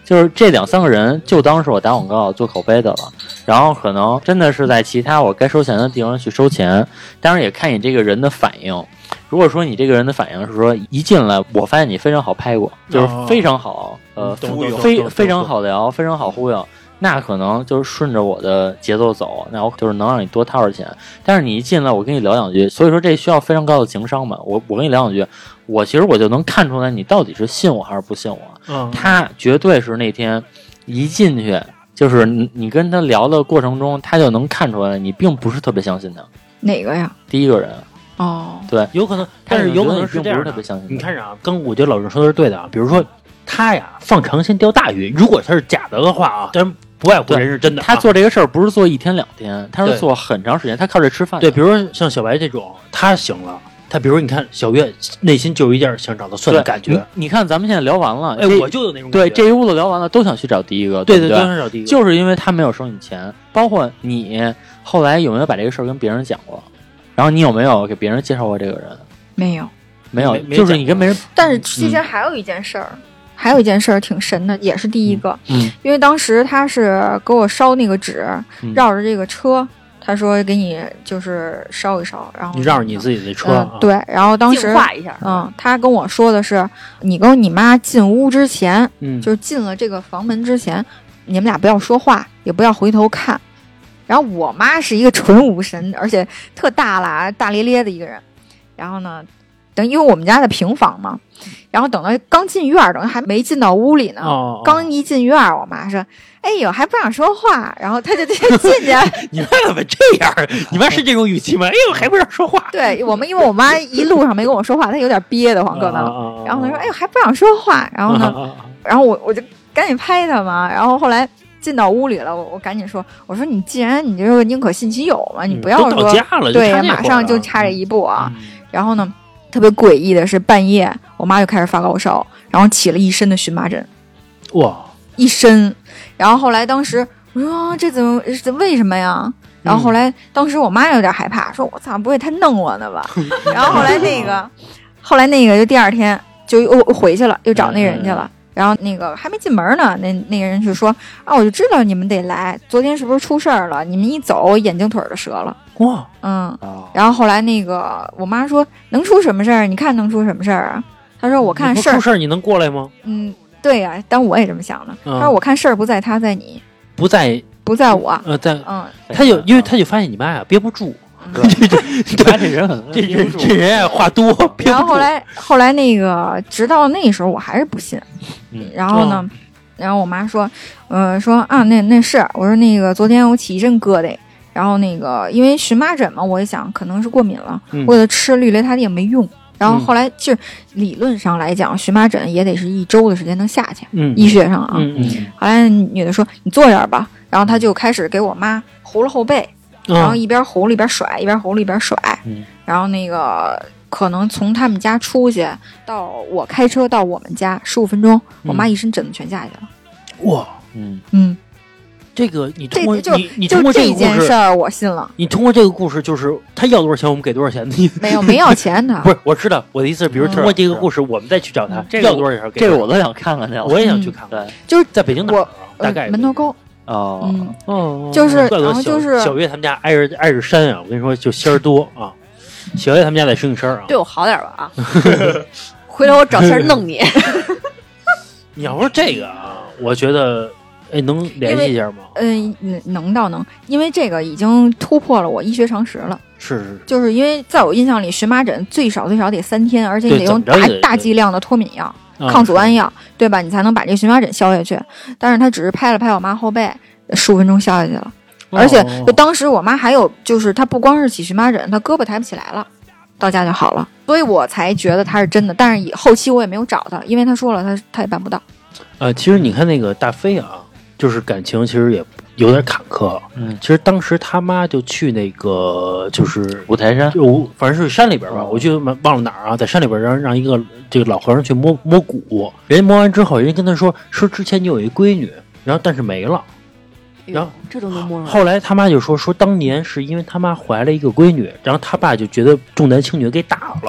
C: 就是这2-3个人就当是我打广告做口碑的了，然后可能真的是在其他我该收钱的地方去收钱，当然也看你这个人的反应。如果说你这个人的反应是说一进来我发现你非常好拍过，就是非常好非常好聊，非常好忽悠，那可能就是顺着我的节奏走，那我就是能让你多掏点钱。但是你一进来我跟你聊2句，所以说这需要非常高的情商嘛。我跟你聊2句，其实我就能看出来你到底是信我还是不信我。他绝对是那天一进去，就是你跟他聊的过程中，他就能看出来你并不是特别相信他。
E: 哪个呀？
C: 第一个人。对，
A: 有可能，但是有可能是这样的。你看着啊，我觉得老郑说的是对的啊。比如说他呀放长线钓大鱼，如果他是假的话啊，但是不外乎人是真的。
C: 他做这个事儿不是做1天2天，他是做很长时间，他靠这吃饭。
A: 对，比如说像小白这种，他行了。他比如说，你看小月内心就有一点想长得算的感觉。
C: 你看咱们现在聊完了，
A: 我就有那种感
C: 觉。对，这一屋子聊完了，都想去找第一个，
A: 对，
C: 对，
A: 都想找第一个，
C: 就是因为他没有收你钱。包括你后来有没有把这个事儿跟别人讲过？然后你有没有给别人介绍过这个人？
E: 没有，
C: 就是你跟别人。
E: 但是之前还有一件事儿，挺神的，也是第一个。因为当时他是给我烧那个纸，绕着这个车，他说给你就是烧一烧，然后
A: 你绕着你自己的车。
E: 对，然后当时
D: 净化一下。
E: 他跟我说的是，你跟你妈进屋之前，就是进了这个房门之前，你们俩不要说话，也不要回头看。然后我妈是一个纯无神，而且特大咧咧的一个人。然后呢，因为我们家的平房嘛，然后等到刚进院，等于还没进到屋里呢。刚一进院，我妈说：“哎呦，还不想说话。”然后她就直接进去。
A: 你妈怎么这样？你妈是这种语气吗？哎呦，还不想说话？
E: 对，因为我妈一路上没跟我说话，她有点憋得慌，可能。然后她说：“哎呦，还不想说话。”然后呢，然后我就赶紧拍她嘛。然后后来。进到屋里了，我赶紧说，我说你既然你这个宁可信其有嘛，你不要说对，马上就差这一步啊。然后呢，特别诡异的是半夜，我妈就开始发高烧，然后起了一身的荨麻疹，
A: 哇，
E: 一身。然后后来当时我说这为什么呀？然后后来当时我妈有点害怕，说我操，不会他弄我呢吧？然后后来那个就第2天就又回去了，又找那人去了。然后那个还没进门呢，那个人就说啊，我就知道你们得来，昨天是不是出事儿了？你们一走，眼睛腿儿就折了。
A: 哇，
E: 然后后来那个我妈说能出什么事儿？你看能出什么事儿啊？她说我看事儿
A: 出事儿你能过来吗？
E: 对呀，但我也这么想的。她说我看事儿不在他，在你，
A: 不在
E: 我。
A: 因为他就发现你妈呀憋不住。这人啊话多。
E: 然后后来那个直到那时候我还是不信。然后呢，然后我妈说说啊那是我说那个昨天我起一阵疙瘩，然后那个因为荨麻疹嘛，我也想可能是过敏了，我给他吃氯雷他定没用。然后后来就是理论上来讲，荨麻疹也得是1周的时间能下去。医学上啊。后来女的说你坐这儿吧，然后他就开始给我妈糊了后背。然后一边糊了一边甩，一边糊了一边甩。然后那个可能从他们家出去到我开车到我们家15分钟，我妈一身疹子全下去了。
A: 哇，这个你通过你
E: 通
A: 过这个
E: 件事儿我信了。
A: 你通过这个故事就是他要多少钱我们给多少钱的意思？
E: 没要钱他。
A: 不是，我知道我的意思是，比如通过这个故事我们再去找他要多少钱给。
C: 这个我都想看看去，
A: 我也想去看看。
E: 就是
A: 在北京哪儿？大概
E: 门头沟。
A: 就是
E: 然后就是
A: 小月他们家挨着山啊，我跟你说就仙儿多啊。小月他们家在石景山啊，
D: 对我好点吧啊，回头我找仙儿弄你。
A: 你要说这个啊，我觉得能联系一下吗？
E: 能，因为这个已经突破了我医学常识了。
A: 是，
E: 就是因为在我印象里，荨麻疹最少得3天，而且你得用大剂量的脱敏药。抗组胺药，对吧？你才能把这荨麻疹消下去。但是他只是拍了拍我妈后背，15分钟消下去了。而且就当时我妈还有，就是她不光是起荨麻疹，她胳膊抬不起来了，到家就好了。所以我才觉得她是真的。但是后期我也没有找她，因为她说了，她也办不到。
A: 其实你看那个大飞啊，就是感情其实也有点坎坷。其实当时他妈就去那个就是
C: 五台山，
A: 反正是山里边吧，我就忘了哪儿啊，在山里边让一个这个老和尚去摸骨，人家摸完之后，人家跟他说之前你有一闺女，然后但是没了，然后
D: 这都能摸上。
A: 后来他妈就说当年是因为他妈怀了一个闺女，然后他爸就觉得重男轻女给打了。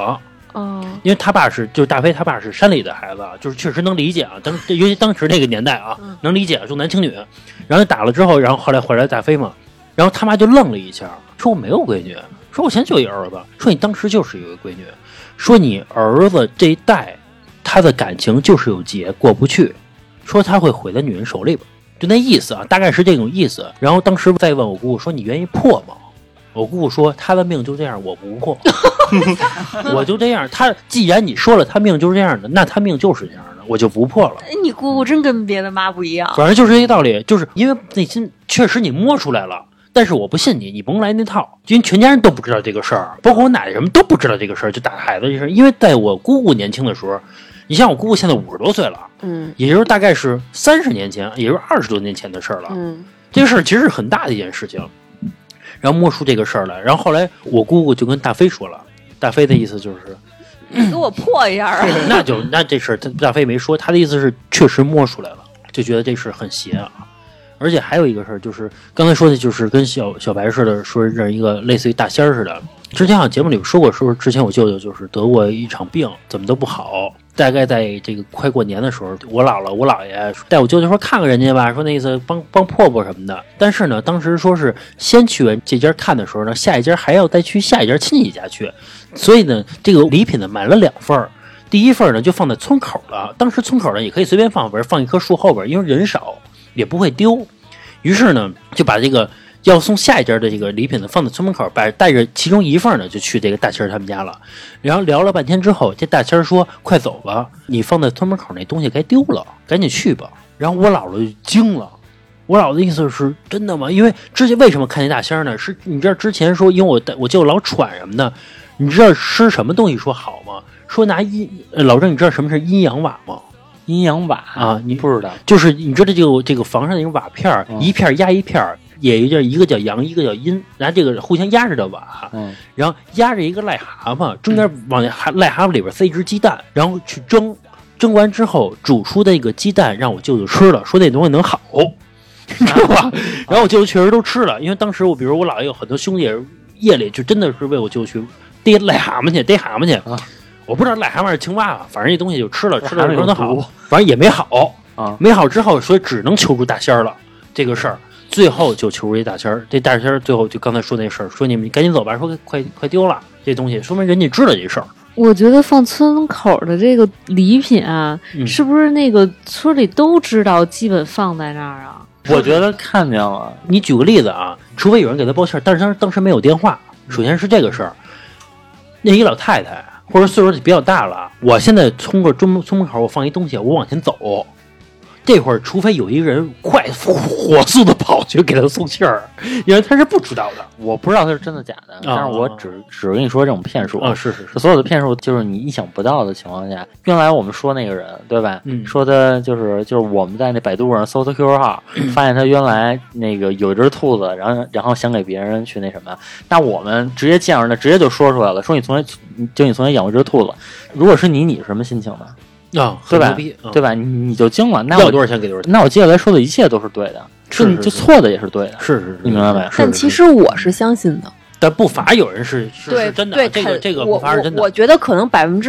A: 因为他爸就是大飞，他爸是山里的孩子，就是确实能理解啊，尤其当时那个年代啊，能理解重男轻女。然后打了之后，然后后来回来大飞嘛，然后他妈就愣了一下，说我没有闺女，说我现在就一儿子，说你当时就是有一个闺女，说你儿子这一代他的感情就是有结过不去，说他会毁在女人手里边，就那意思啊，大概是这种意思。然后当时再问我姑姑说你愿意破吗？我姑姑说他的命就这样，我不破。我就这样，他既然你说了他命就是这样的，那他命就是这样的，我就不破了。
D: 你姑姑真跟别的妈不一样，
A: 反正就是这个道理，就是因为内心确实你摸出来了，但是我不信你，你甭来那套，因为全家人都不知道这个事儿，包括我奶奶什么都不知道这个事儿，就打孩子这事儿。因为在我姑姑年轻的时候，你像我姑姑现在50多岁了，也就是大概是30年前，也就是20多年前的事儿了，这个事儿其实是很大的一件事情。然后摸出这个事儿来，然后后来我姑姑就跟大飞说了，大飞的意思就是
D: 你给我破一下啊！
A: 那这事儿大飞没说，他的意思是确实摸出来了，就觉得这事很邪啊。而且还有一个事儿，就是刚才说的，就是跟小白似的，说认一个类似于大仙儿似的。之前好像节目里说过，说之前我舅舅就是得过一场病，怎么都不好。大概在这个快过年的时候，我姥姥我姥爷带我舅舅说看看人家吧，说那意思帮破破什么的。但是呢，当时说是先去完这家看的时候呢，下一家还要再去下一家亲戚家去，所以呢，这个礼品呢买了2份儿。第一份呢就放在村口了，当时村口呢也可以随便放，放一棵树后边，因为人少也不会丢。于是呢就把这个要送下一家的这个礼品呢放在村门口，带着其中一份呢就去这个大仙他们家了。然后聊了半天之后，这大仙说快走吧，你放在村门口那东西该丢了，赶紧去吧。然后我姥姥就惊了，我姥姥的意思是真的吗？因为之前为什么看见大仙呢？是你知道之前说因为我舅老喘什么的，你知道吃什么东西说好吗？说拿老郑，你知道什么是阴阳瓦吗？
C: 阴阳瓦
A: 啊，你
C: 不知道？
A: 就是你知道这个房上那种瓦片，一片压一片，也一个叫阳，一个叫阴，拿这个互相压着的瓦，然后压着一个癞蛤蟆，中间往癞蛤蟆里边塞一只鸡蛋，然后去蒸，蒸完之后煮出的那个鸡蛋让我舅舅吃了，说那东西能好，你知道吧？然后我舅舅确实都吃了，因为当时比如我姥爷有很多兄弟夜里就真的是为我舅去逮癞蛤蟆去，逮蛤蟆去。我不知道癞蛤蟆是青蛙吧，反正这东西就吃了说能好，反正也没好啊。没好之后，所以只能求助大仙了。这个事儿最后就求助一大仙儿，这大仙儿最后就刚才说那事儿，说你们赶紧走吧，说快丢了这东西，说明人家知道这事儿。
F: 我觉得放村口的这个礼品啊，是不是那个村里都知道，基本放在那儿啊？
C: 我觉得看见了。
A: 你举个例子啊，除非有人给他报信儿，但是当时没有电话。首先是这个事儿，那一老太太。或者岁数比较大了，我现在通过村门口我放一东西，我往前走，这会儿除非有一个人快火速的跑去给他送信儿，因为他是不知道的。
C: 我不知道他是真的假的，但是我只跟你说这种骗术
A: 是
C: 所有的骗术就是你意想不到的情况下。原来我们说那个人对吧？说他就是我们在那百度上搜他 QQ 号，发现他原来那个有一只兔子，然后想给别人去那什么，那我们直接见着他直接就说出来了，说你从前养过一只兔子，如果是你是什么心情呢？对吧？对吧？你就惊了。那
A: 要多少钱给多少钱？
C: 那我接下来说的一切都是对的，就错的也是对的。
A: 是，
C: 你明白没？
D: 但其实我是相信的。
A: 但不乏有人是真的，
D: 对
A: 这个不乏是真的。
D: 我觉得可能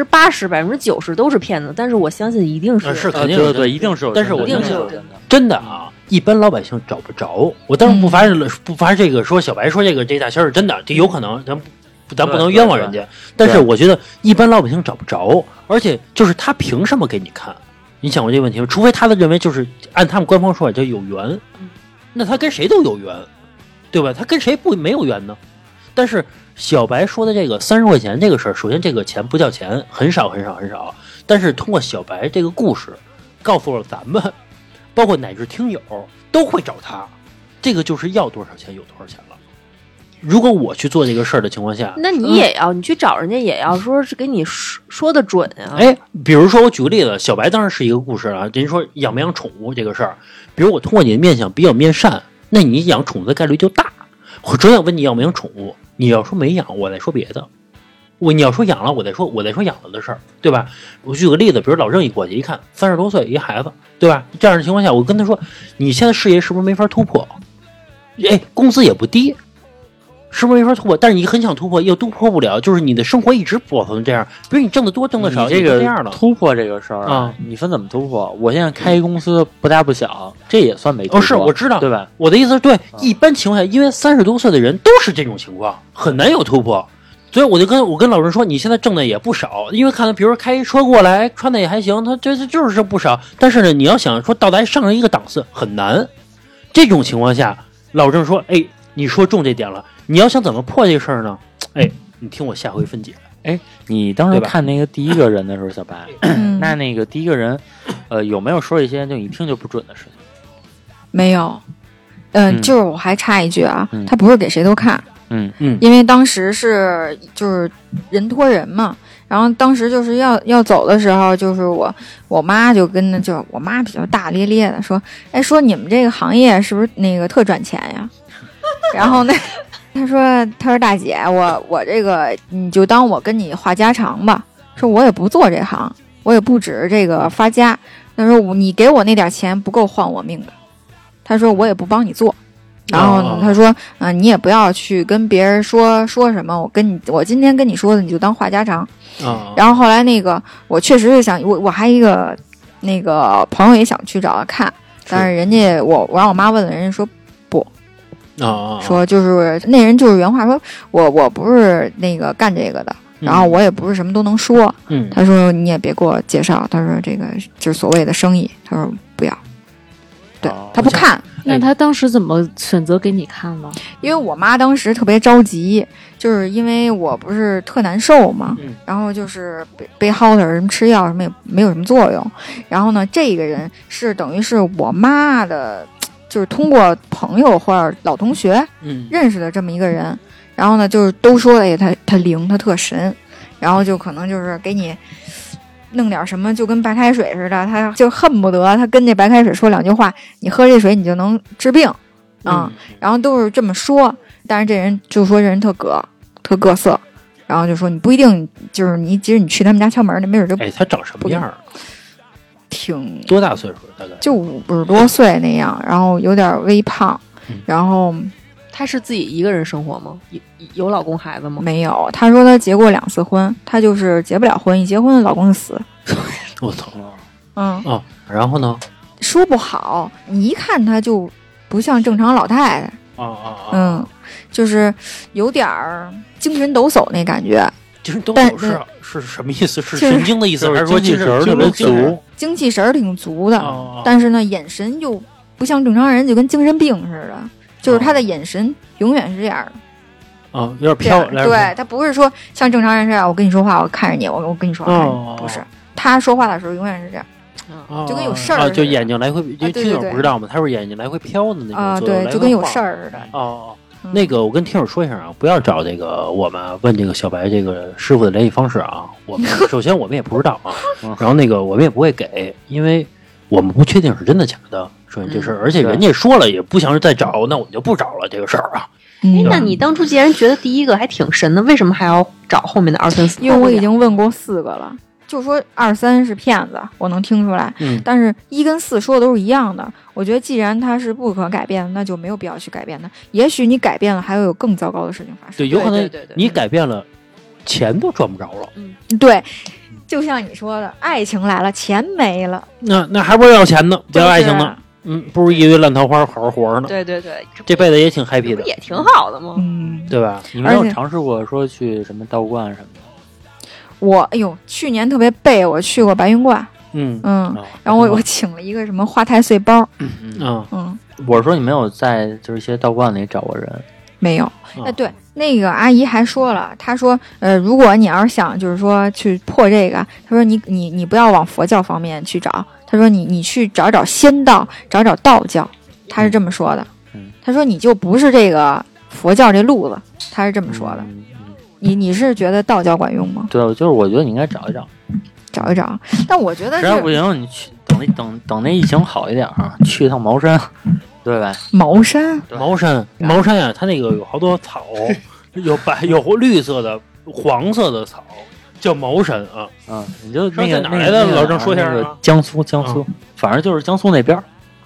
D: 80%、90%都是骗子，但是我相信一定是
A: 肯定是
C: 对，一定是有。
A: 但是我
D: 一定是
A: 真的啊，一般老百姓找不着。我当然不乏这个说小白说这大仙是真的，这有可能咱不能冤枉人家，但是我觉得一般老百姓找不着，而且就是他凭什么给你看？你想过这个问题吗？除非他的认为就是按他们官方说法叫有缘，那他跟谁都有缘，对吧？他跟谁没有缘呢？但是小白说的这个30块钱这个事儿，首先这个钱不叫钱，很少，但是通过小白这个故事，告诉了咱们，包括乃至听友都会找他，这个就是要多少钱有多少钱了。如果我去做这个事儿的情况下，
D: 那你也要你去找人家，也要说是给你说的准啊。
A: 比如说我举个例子，小白当然是一个故事了。人说养不养宠物这个事儿，比如我通过你的面相比较面善，那你养宠物的概率就大。我只想问你养没养宠物，你要说没养，我再说别的。你要说养了，我再说养了的事儿，对吧？我举个例子，比如老郑一过去一看，30多岁一孩子，对吧？这样的情况下，我跟他说，你现在事业是不是没法突破？工资也不低。 是不是没法突破？但是你很想突破，又突破不了，就是你的生活一直保存这样。比如你挣得多，挣得少，
C: 这个
A: 样了。
C: 突破这个事儿啊，你分怎么突破？我现在开一公司不大不小，这也算没突破。
A: 是我知道，
C: 对吧？
A: 我的意思是对，一般情况下，因为30多岁的人都是这种情况，很难有突破。所以我跟老人说，你现在挣的也不少，因为看他，比如说开一车过来，穿的也还行，他就是不少。但是呢，你要想说到达上一个档次很难。这种情况下，老郑说：“哎，你说中这点了。你要想怎么破这个事儿呢？哎，你听我下回分解。
C: 哎，你当时看那个第一个人的时候，小白，那个第一个人，有没有说一些就一听就不准的事情？
E: 没有。就是我还插一句啊，他不是给谁都看。因为当时就是人托人嘛，然后当时就是要走的时候，就是我妈就就是我妈比较大咧咧的说，哎，说你们这个行业是不是那个特赚钱呀？然后他说大姐，我这个你就当我跟你话家常吧，说我也不做这行，我也不指这个发家，他说你给我那点钱不够换我命的，他说我也不帮你做。然后他说，你也不要去跟别人说什么，我今天跟你说的，你就当话家常。然后后来我确实是想，我还一个那个朋友也想去找他看，但是人家我让我妈问了，人家说不，说就是那人就是原话说，我不是那个干这个的，然后我也不是什么都能说。他说你也别给我介绍，他说这个就是所谓的生意，他说不要。对，他不看。
F: 那他当时怎么选择给你看呢？
E: 因为我妈当时特别着急，就是因为我不是特难受嘛，然后就是背薅的什么吃药什么也没有什么作用。然后呢，这个人是等于是我妈的，就是通过朋友或者老同学认识的这么一个人。然后呢，就是都说哎他灵，他特神，然后就可能就是给你弄点什么就跟白开水似的，他就恨不得他跟这白开水说两句话，你喝这水你就能治病然后都是这么说。但是这人就说这人特各色，然后就说你不一定就是你，即使你去他们家敲门，那没准就
A: 他长什么样？
E: 挺
A: 多大岁数？大概
E: 就50多岁那样，然后有点微胖，然后
D: 他是自己一个人生活吗？有老公孩子吗？
E: 没有，他说他结过2次婚，他就是结不了婚，一结婚老公就死。
A: 我操！
E: 然
A: 后呢？
E: 说不好，你一看他就不像正常老太太。就是有点精神抖擞那感觉。
A: 精神抖擞是什么意思？是神经的意思，还是说
C: 精气神特别足？
E: 精气神挺足的，但是呢，眼神又不像正常人，就跟精神病似的。就是他的眼神永远是这样的，
A: 有点飘。
E: 对，他不是说像正常人这样，我跟你说话，我看着你，我跟你说话，不是。他说话的时候永远是这样，就跟有事儿似的。
A: 就眼睛来回，听友不知道吗？他是眼睛来回飘的那种。
E: 对，就跟有事儿似的。
A: 那个我跟听友说一下啊，不要找这个我们问这个小白这个师傅的联系方式啊。我们首先我们也不知道啊，然后我们也不会给，因为我们不确定是真的假的。说这事儿，而且人家说了也不想再找，那我们就不找了这个事儿啊。
D: 那你当初既然觉得第一个还挺神的，为什么还要找后面的2、3、4？
E: 因为我已经问过4个了，就说2、3是骗子，我能听出来。但是1跟4说的都是一样的。我觉得既然它是不可改变的，那就没有必要去改变它。也许你改变了，还会有更糟糕的事情发生。
A: 对，有可能你改变了，钱都赚不着了。
E: 对。就像你说的，爱情来了，钱没了，
A: 那还不是要钱呢，不要爱情呢。不如一堆烂桃花好好活呢。
D: 对，
A: 这辈子也挺 happy 的，
D: 也挺好的嘛。
A: 对吧？
C: 你没有尝试过说去什么道观什么的？
E: 去年特别背，我去过白云观。然后我请了一个什么花太岁包。
C: 我是说你没有在就是一些道观里找过人？
E: 没有。对，那个阿姨还说了，她说如果你要是想就是说去破这个，她说你不要往佛教方面去找，她说你去找仙道，找道教，她是这么说的。她说你就不是这个佛教这路子，她是这么说的。你是觉得道教管用吗？
C: 对，就是我觉得你应该找一找。
E: 但我觉得
C: 实在不行，你去等那疫情好一点啊，去一趟茅山。对吧？
E: 茅山
A: 呀，它那个有好多草，有白有绿色的、黄色的草，叫茅山啊。
C: 你就那个
A: 哪来的？老郑说一下。
C: 江苏，反正就是江苏那边。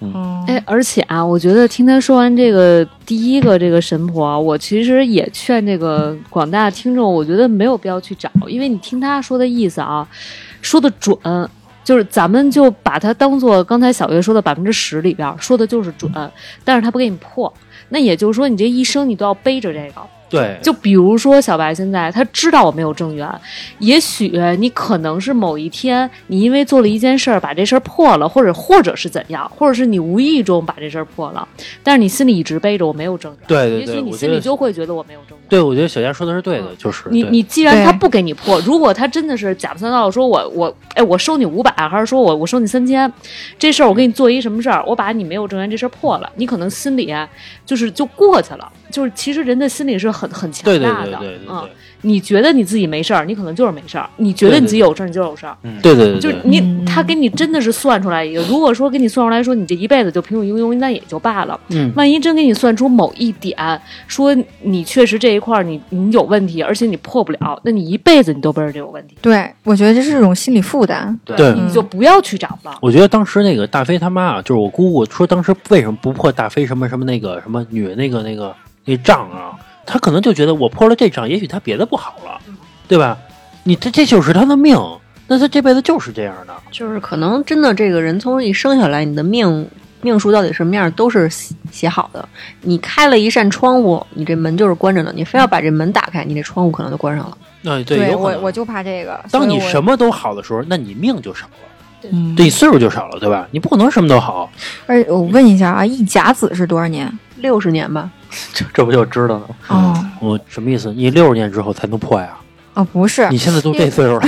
F: 而且啊，我觉得听他说完这个第一个这个神婆，我其实也劝这个广大听众，我觉得没有必要去找，因为你听他说的意思啊，说的准，就是咱们就把它当做刚才小月说的10%里边说的就是准，但是他不给你破，那也就是说你这一生你都要背着这个。
A: 对，
F: 就比如说小白现在他知道我没有正缘，也许你可能是某一天你因为做了一件事儿把这事儿破了，或者是怎样，或者是你无意中把这事儿破了，但是你心里一直背着我没有正缘，
A: 对，
F: 也许你心里就会觉得我没有正缘。
A: 对，我觉得小佳说的是对的，就是
F: 你既然他不给你破，如果他真的是假不算道说我收你500，还是说我收你3000，这事儿我给你做一什么事儿，我把你没有正缘这事儿破了，你可能心里就过去了，就是其实人的心里是很强大的，
A: 对，
F: 你觉得你自己没事儿，你可能就是没事儿；你觉得你自己有事儿，你就有事儿。
A: 对，
F: 就是他给你真的是算出来一个，如果说给你算出来说你这一辈子就平平庸庸，那也就罢了。万一真给你算出某一点，说你确实这一块你有问题，而且你破不了，那你一辈子你都背着这有问题。
E: 对，我觉得这是一种心理负担。
A: 对，
F: 你就不要去找了。
A: 我觉得当时那个大飞他妈就是我姑姑说，当时为什么不破大飞什么那个什么女那个账啊？他可能就觉得我破了这仗，也许他别的不好了，对吧？你这就是他的命，那他这辈子就是这样的。
D: 就是可能真的这个人从一生下来，你的命数到底什么样都是写好的。你开了一扇窗户，你这门就是关着的，你非要把这门打开，你这窗户可能就关上了。
E: 对，我就怕这个。
A: 当你什么都好的时候，那你命就少了，对你岁数就少了，对吧？你不可能什么都好。
E: 而且我问一下啊，一甲子是多少年
D: ？60年吧。
C: 这不就知道了？
A: 我什么意思？你60年之后才能破呀？
E: 不是，
A: 你现在都这岁数了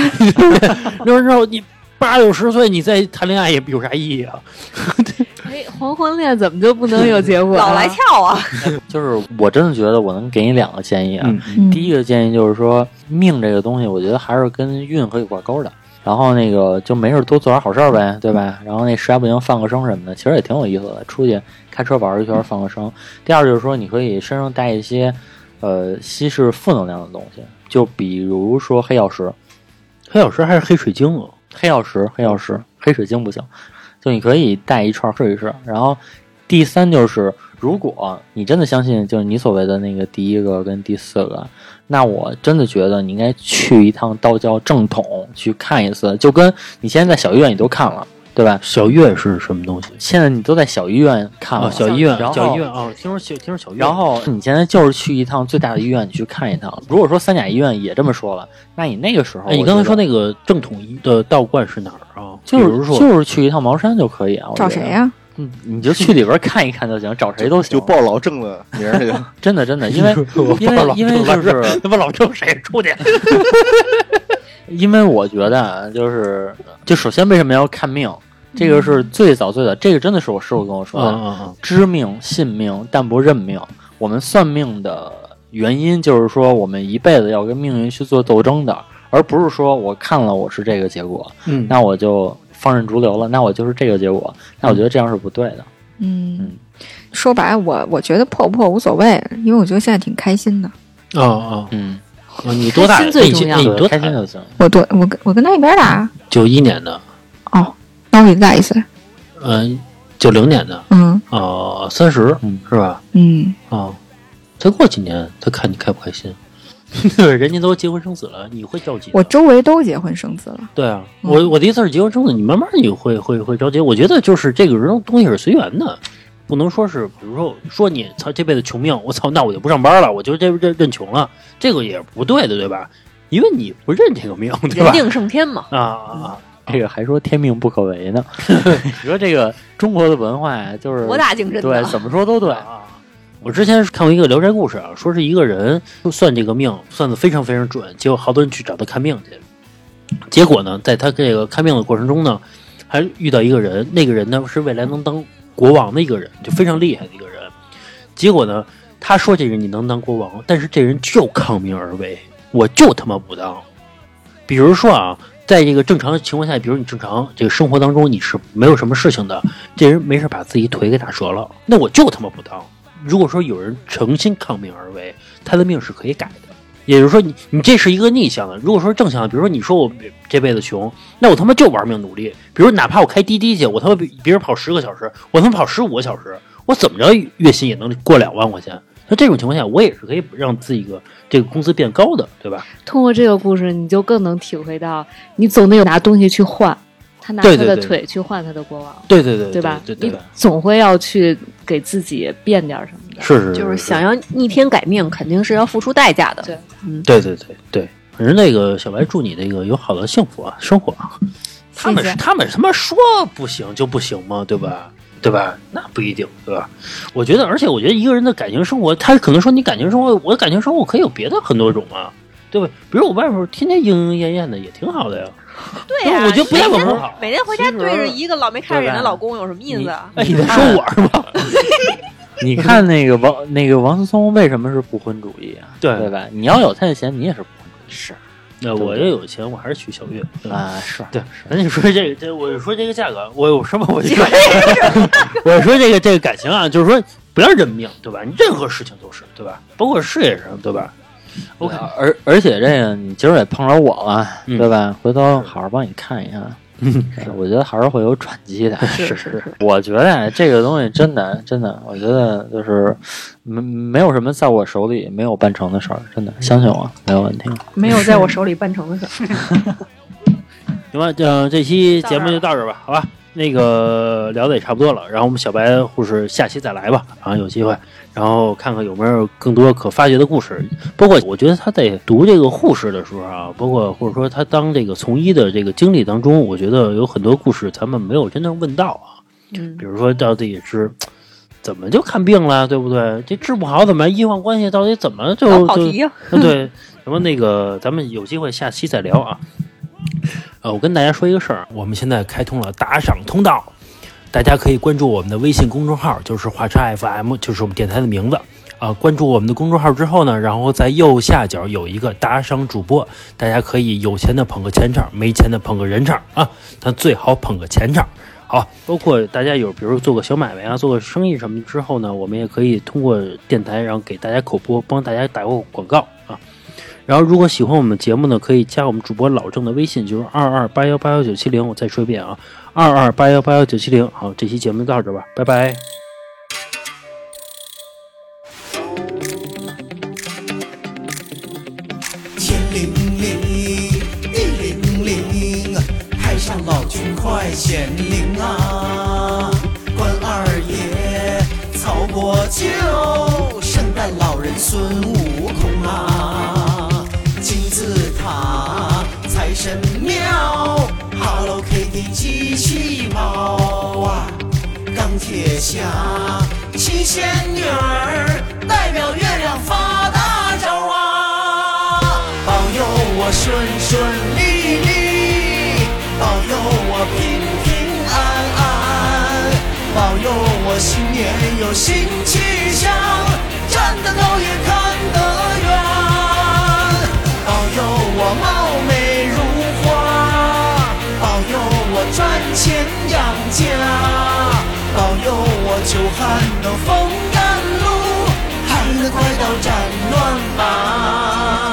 A: ，60之后你80、90岁，你再谈恋爱也有啥意义啊？
F: 黄昏恋怎么就不能有结果？
D: 老来俏啊！
C: 就是我真的觉得我能给你2个建议啊。第一个建议就是说，命这个东西，我觉得还是跟运可以挂钩的。然后那个就没事多做点好事儿呗，对吧？然后那实在不行放个生什么的，其实也挺有意思的。出去开车玩一圈放个生。第二就是说，你可以身上带一些稀释负能量的东西，就比如说黑曜石。
A: 黑曜石还是黑水晶啊？
C: 黑曜石，黑水晶不行。就你可以带一串试一试。然后第三就是，如果你真的相信就是你所谓的那个第一个跟第4个，那我真的觉得你应该去一趟道教正统去看一次，就跟你现在在小医院你都看了，对吧？
A: 小医院是什么东西？
C: 现在你都在小医院看了，
A: 小医院啊，听说小医院。
C: 然后你现在就是去一趟最大的医院，你去看一趟。如果说三甲医院也这么说了，那你那个时候，
A: 你刚才说那个正统的道观是哪儿啊？
C: 就是去一趟茅山就可以啊。
E: 找谁呀？
C: 你就去里边看一看就行，找谁都行，
B: 就报老郑的名儿去。
C: 真的，因为就是
A: 他妈老郑谁出去？
C: 因为我觉得就首先为什么要看命？这个是最早，这个真的是我师傅跟我说的。知命信命，但不认命。我们算命的原因就是说，我们一辈子要跟命运去做斗争的，而不是说我看了我是这个结果，那我就放任逐流了，那我就是这个结果，那我觉得这样是不对的。
E: 说白了，我觉得破不破无所谓，因为我觉得现在挺开心的。
A: 你多大？
F: 最重要，
C: 你多开心就行。
E: 我跟他一边大。
A: 91年的。
E: 那我比他大1岁。
A: 90年的。30是吧？再过几年，他看你开不开心。人家都结婚生子了，你会着急？
E: 我周围都结婚生子了。
A: 对啊，我的意思是结婚生子，你慢慢你会着急。我觉得就是这个人东西是随缘的，不能说是比如说你操这辈子穷命，我操那我就不上班了，我就这认穷了，这个也不对的，对吧？因为你不认这个命，对吧？
D: 人定胜天嘛。
C: 这个还说天命不可违呢。你说这个中国的文化呀，就是
D: 博大精深，
C: 对，怎么说都对。
A: 我之前看过一个聊斋故事啊，说是一个人算这个命算得非常非常准，结果好多人去找他看命去。结果呢，在他这个看命的过程中呢，还遇到一个人，那个人呢是未来能当国王的一个人，就非常厉害的一个人。结果呢，他说这人你能当国王，但是这人就抗命而为，我就他妈不当。比如说啊，在这个正常的情况下，比如你正常这个生活当中你是没有什么事情的，这人没事把自己腿给打折了，那我就他妈不当。如果说有人诚心抗命而为，他的命是可以改的。 也就是说你这是一个逆向的。如果说正向的，比如说你说我这辈子穷，那我他妈就玩命努力。比如哪怕我开滴滴去，我他妈比别人跑10个小时，我他妈跑15个小时，我怎么着月薪也能过2万块钱。那这种情况下，我也是可以让自己这个工资变高的，对吧？
F: 通过这个故事，你就更能体会到，你总得有拿东西去换。他拿他的腿去换他的过往，
A: 对对对，
F: 对吧？
A: 对，
F: 你总会要去给自己变点什么的，
A: 是，
D: 就是想要逆天改命，肯定是要付出代价的。
F: 对，
A: 对。反正那个小白，祝你这个有好的幸福啊，生活啊。他们他妈说不行就不行吗？对吧？对吧？那不一定，对吧？我觉得，而且我觉得一个人的感情生活，他可能说你感情生活，我的感情生活可以有别的很多种啊，对吧？比如我外边天天莺莺燕燕的，也挺好的呀。
D: 对呀，
A: 我觉得不太不好。
D: 每天回家对着一个老没看着眼的老公，有什么意思啊？
A: 哎，你在说我是吧？
C: 你看那个王思聪为什么是不婚主义啊？对吧？你要有他的钱，你也是不婚主义。
A: 是。那我也有钱，我还是娶小月
C: 啊！是
A: 对。那你说这，我说这个价格，我有什么？我就我说这个感情啊，就是说不要认命，对吧？你任何事情都是，对吧？包括事业上，对吧？
C: OK，而且这个你今儿也碰着我了，对吧？回头好好帮你看一看。我觉得还是会有转机的。
A: 是。
C: 我觉得这个东西真的，我觉得就是没有什么在我手里没有办成的事儿，真的相信我，没有问题。
D: 没有在我手里办成的事儿。
A: 行吧，这期节目就到这儿吧，好吧？那个聊的也差不多了，然后我们小白护士下期再来吧，啊，有机会，然后看看有没有更多可发掘的故事。包括我觉得他在读这个护士的时候啊，包括或者说他当这个从医的这个经历当中，我觉得有很多故事咱们没有真正问到啊。比如说到底是怎么就看病了，对不对？这治不好怎么医患关系到底怎么就
D: 跑题呀？
A: 对，什么那个咱们有机会下期再聊啊。我跟大家说一个事儿，我们现在开通了打赏通道，大家可以关注我们的微信公众号，就是华叉 FM， 就是我们电台的名字啊。关注我们的公众号之后呢，然后在右下角有一个打赏主播，大家可以有钱的捧个钱场，没钱的捧个人场啊，但最好捧个钱场。好，包括大家有比如做个小买卖啊，做个生意什么之后呢，我们也可以通过电台，然后给大家口播，帮大家打过广告啊。然后如果喜欢我们节目呢，可以加我们主播老郑的微信，就是2281819970。我再说一遍啊，2281819970。好，这期节目到这吧，拜拜。
G: 100100，太上老君快显灵啊！关二爷曹国舅，圣诞老人孙悟空啊！金字塔财神庙 ，Hello Kitty 机器猫啊！钢铁侠七仙女儿代表月亮发大招啊！保佑我顺顺利利，保佑我平平安安，保佑我新年有新气象，站得高也看得远，保佑我貌美如花，保佑我赚钱养家，保佑我久旱能逢甘露，还能快刀斩乱麻。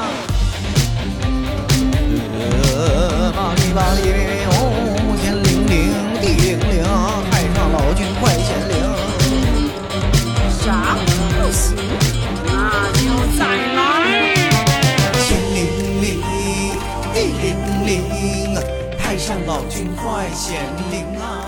G: 巴黎哦，天灵灵地灵灵，太上老君快显灵。
H: 啥不行？那就再来。
G: 天灵灵地灵灵，太上老君快显灵啊！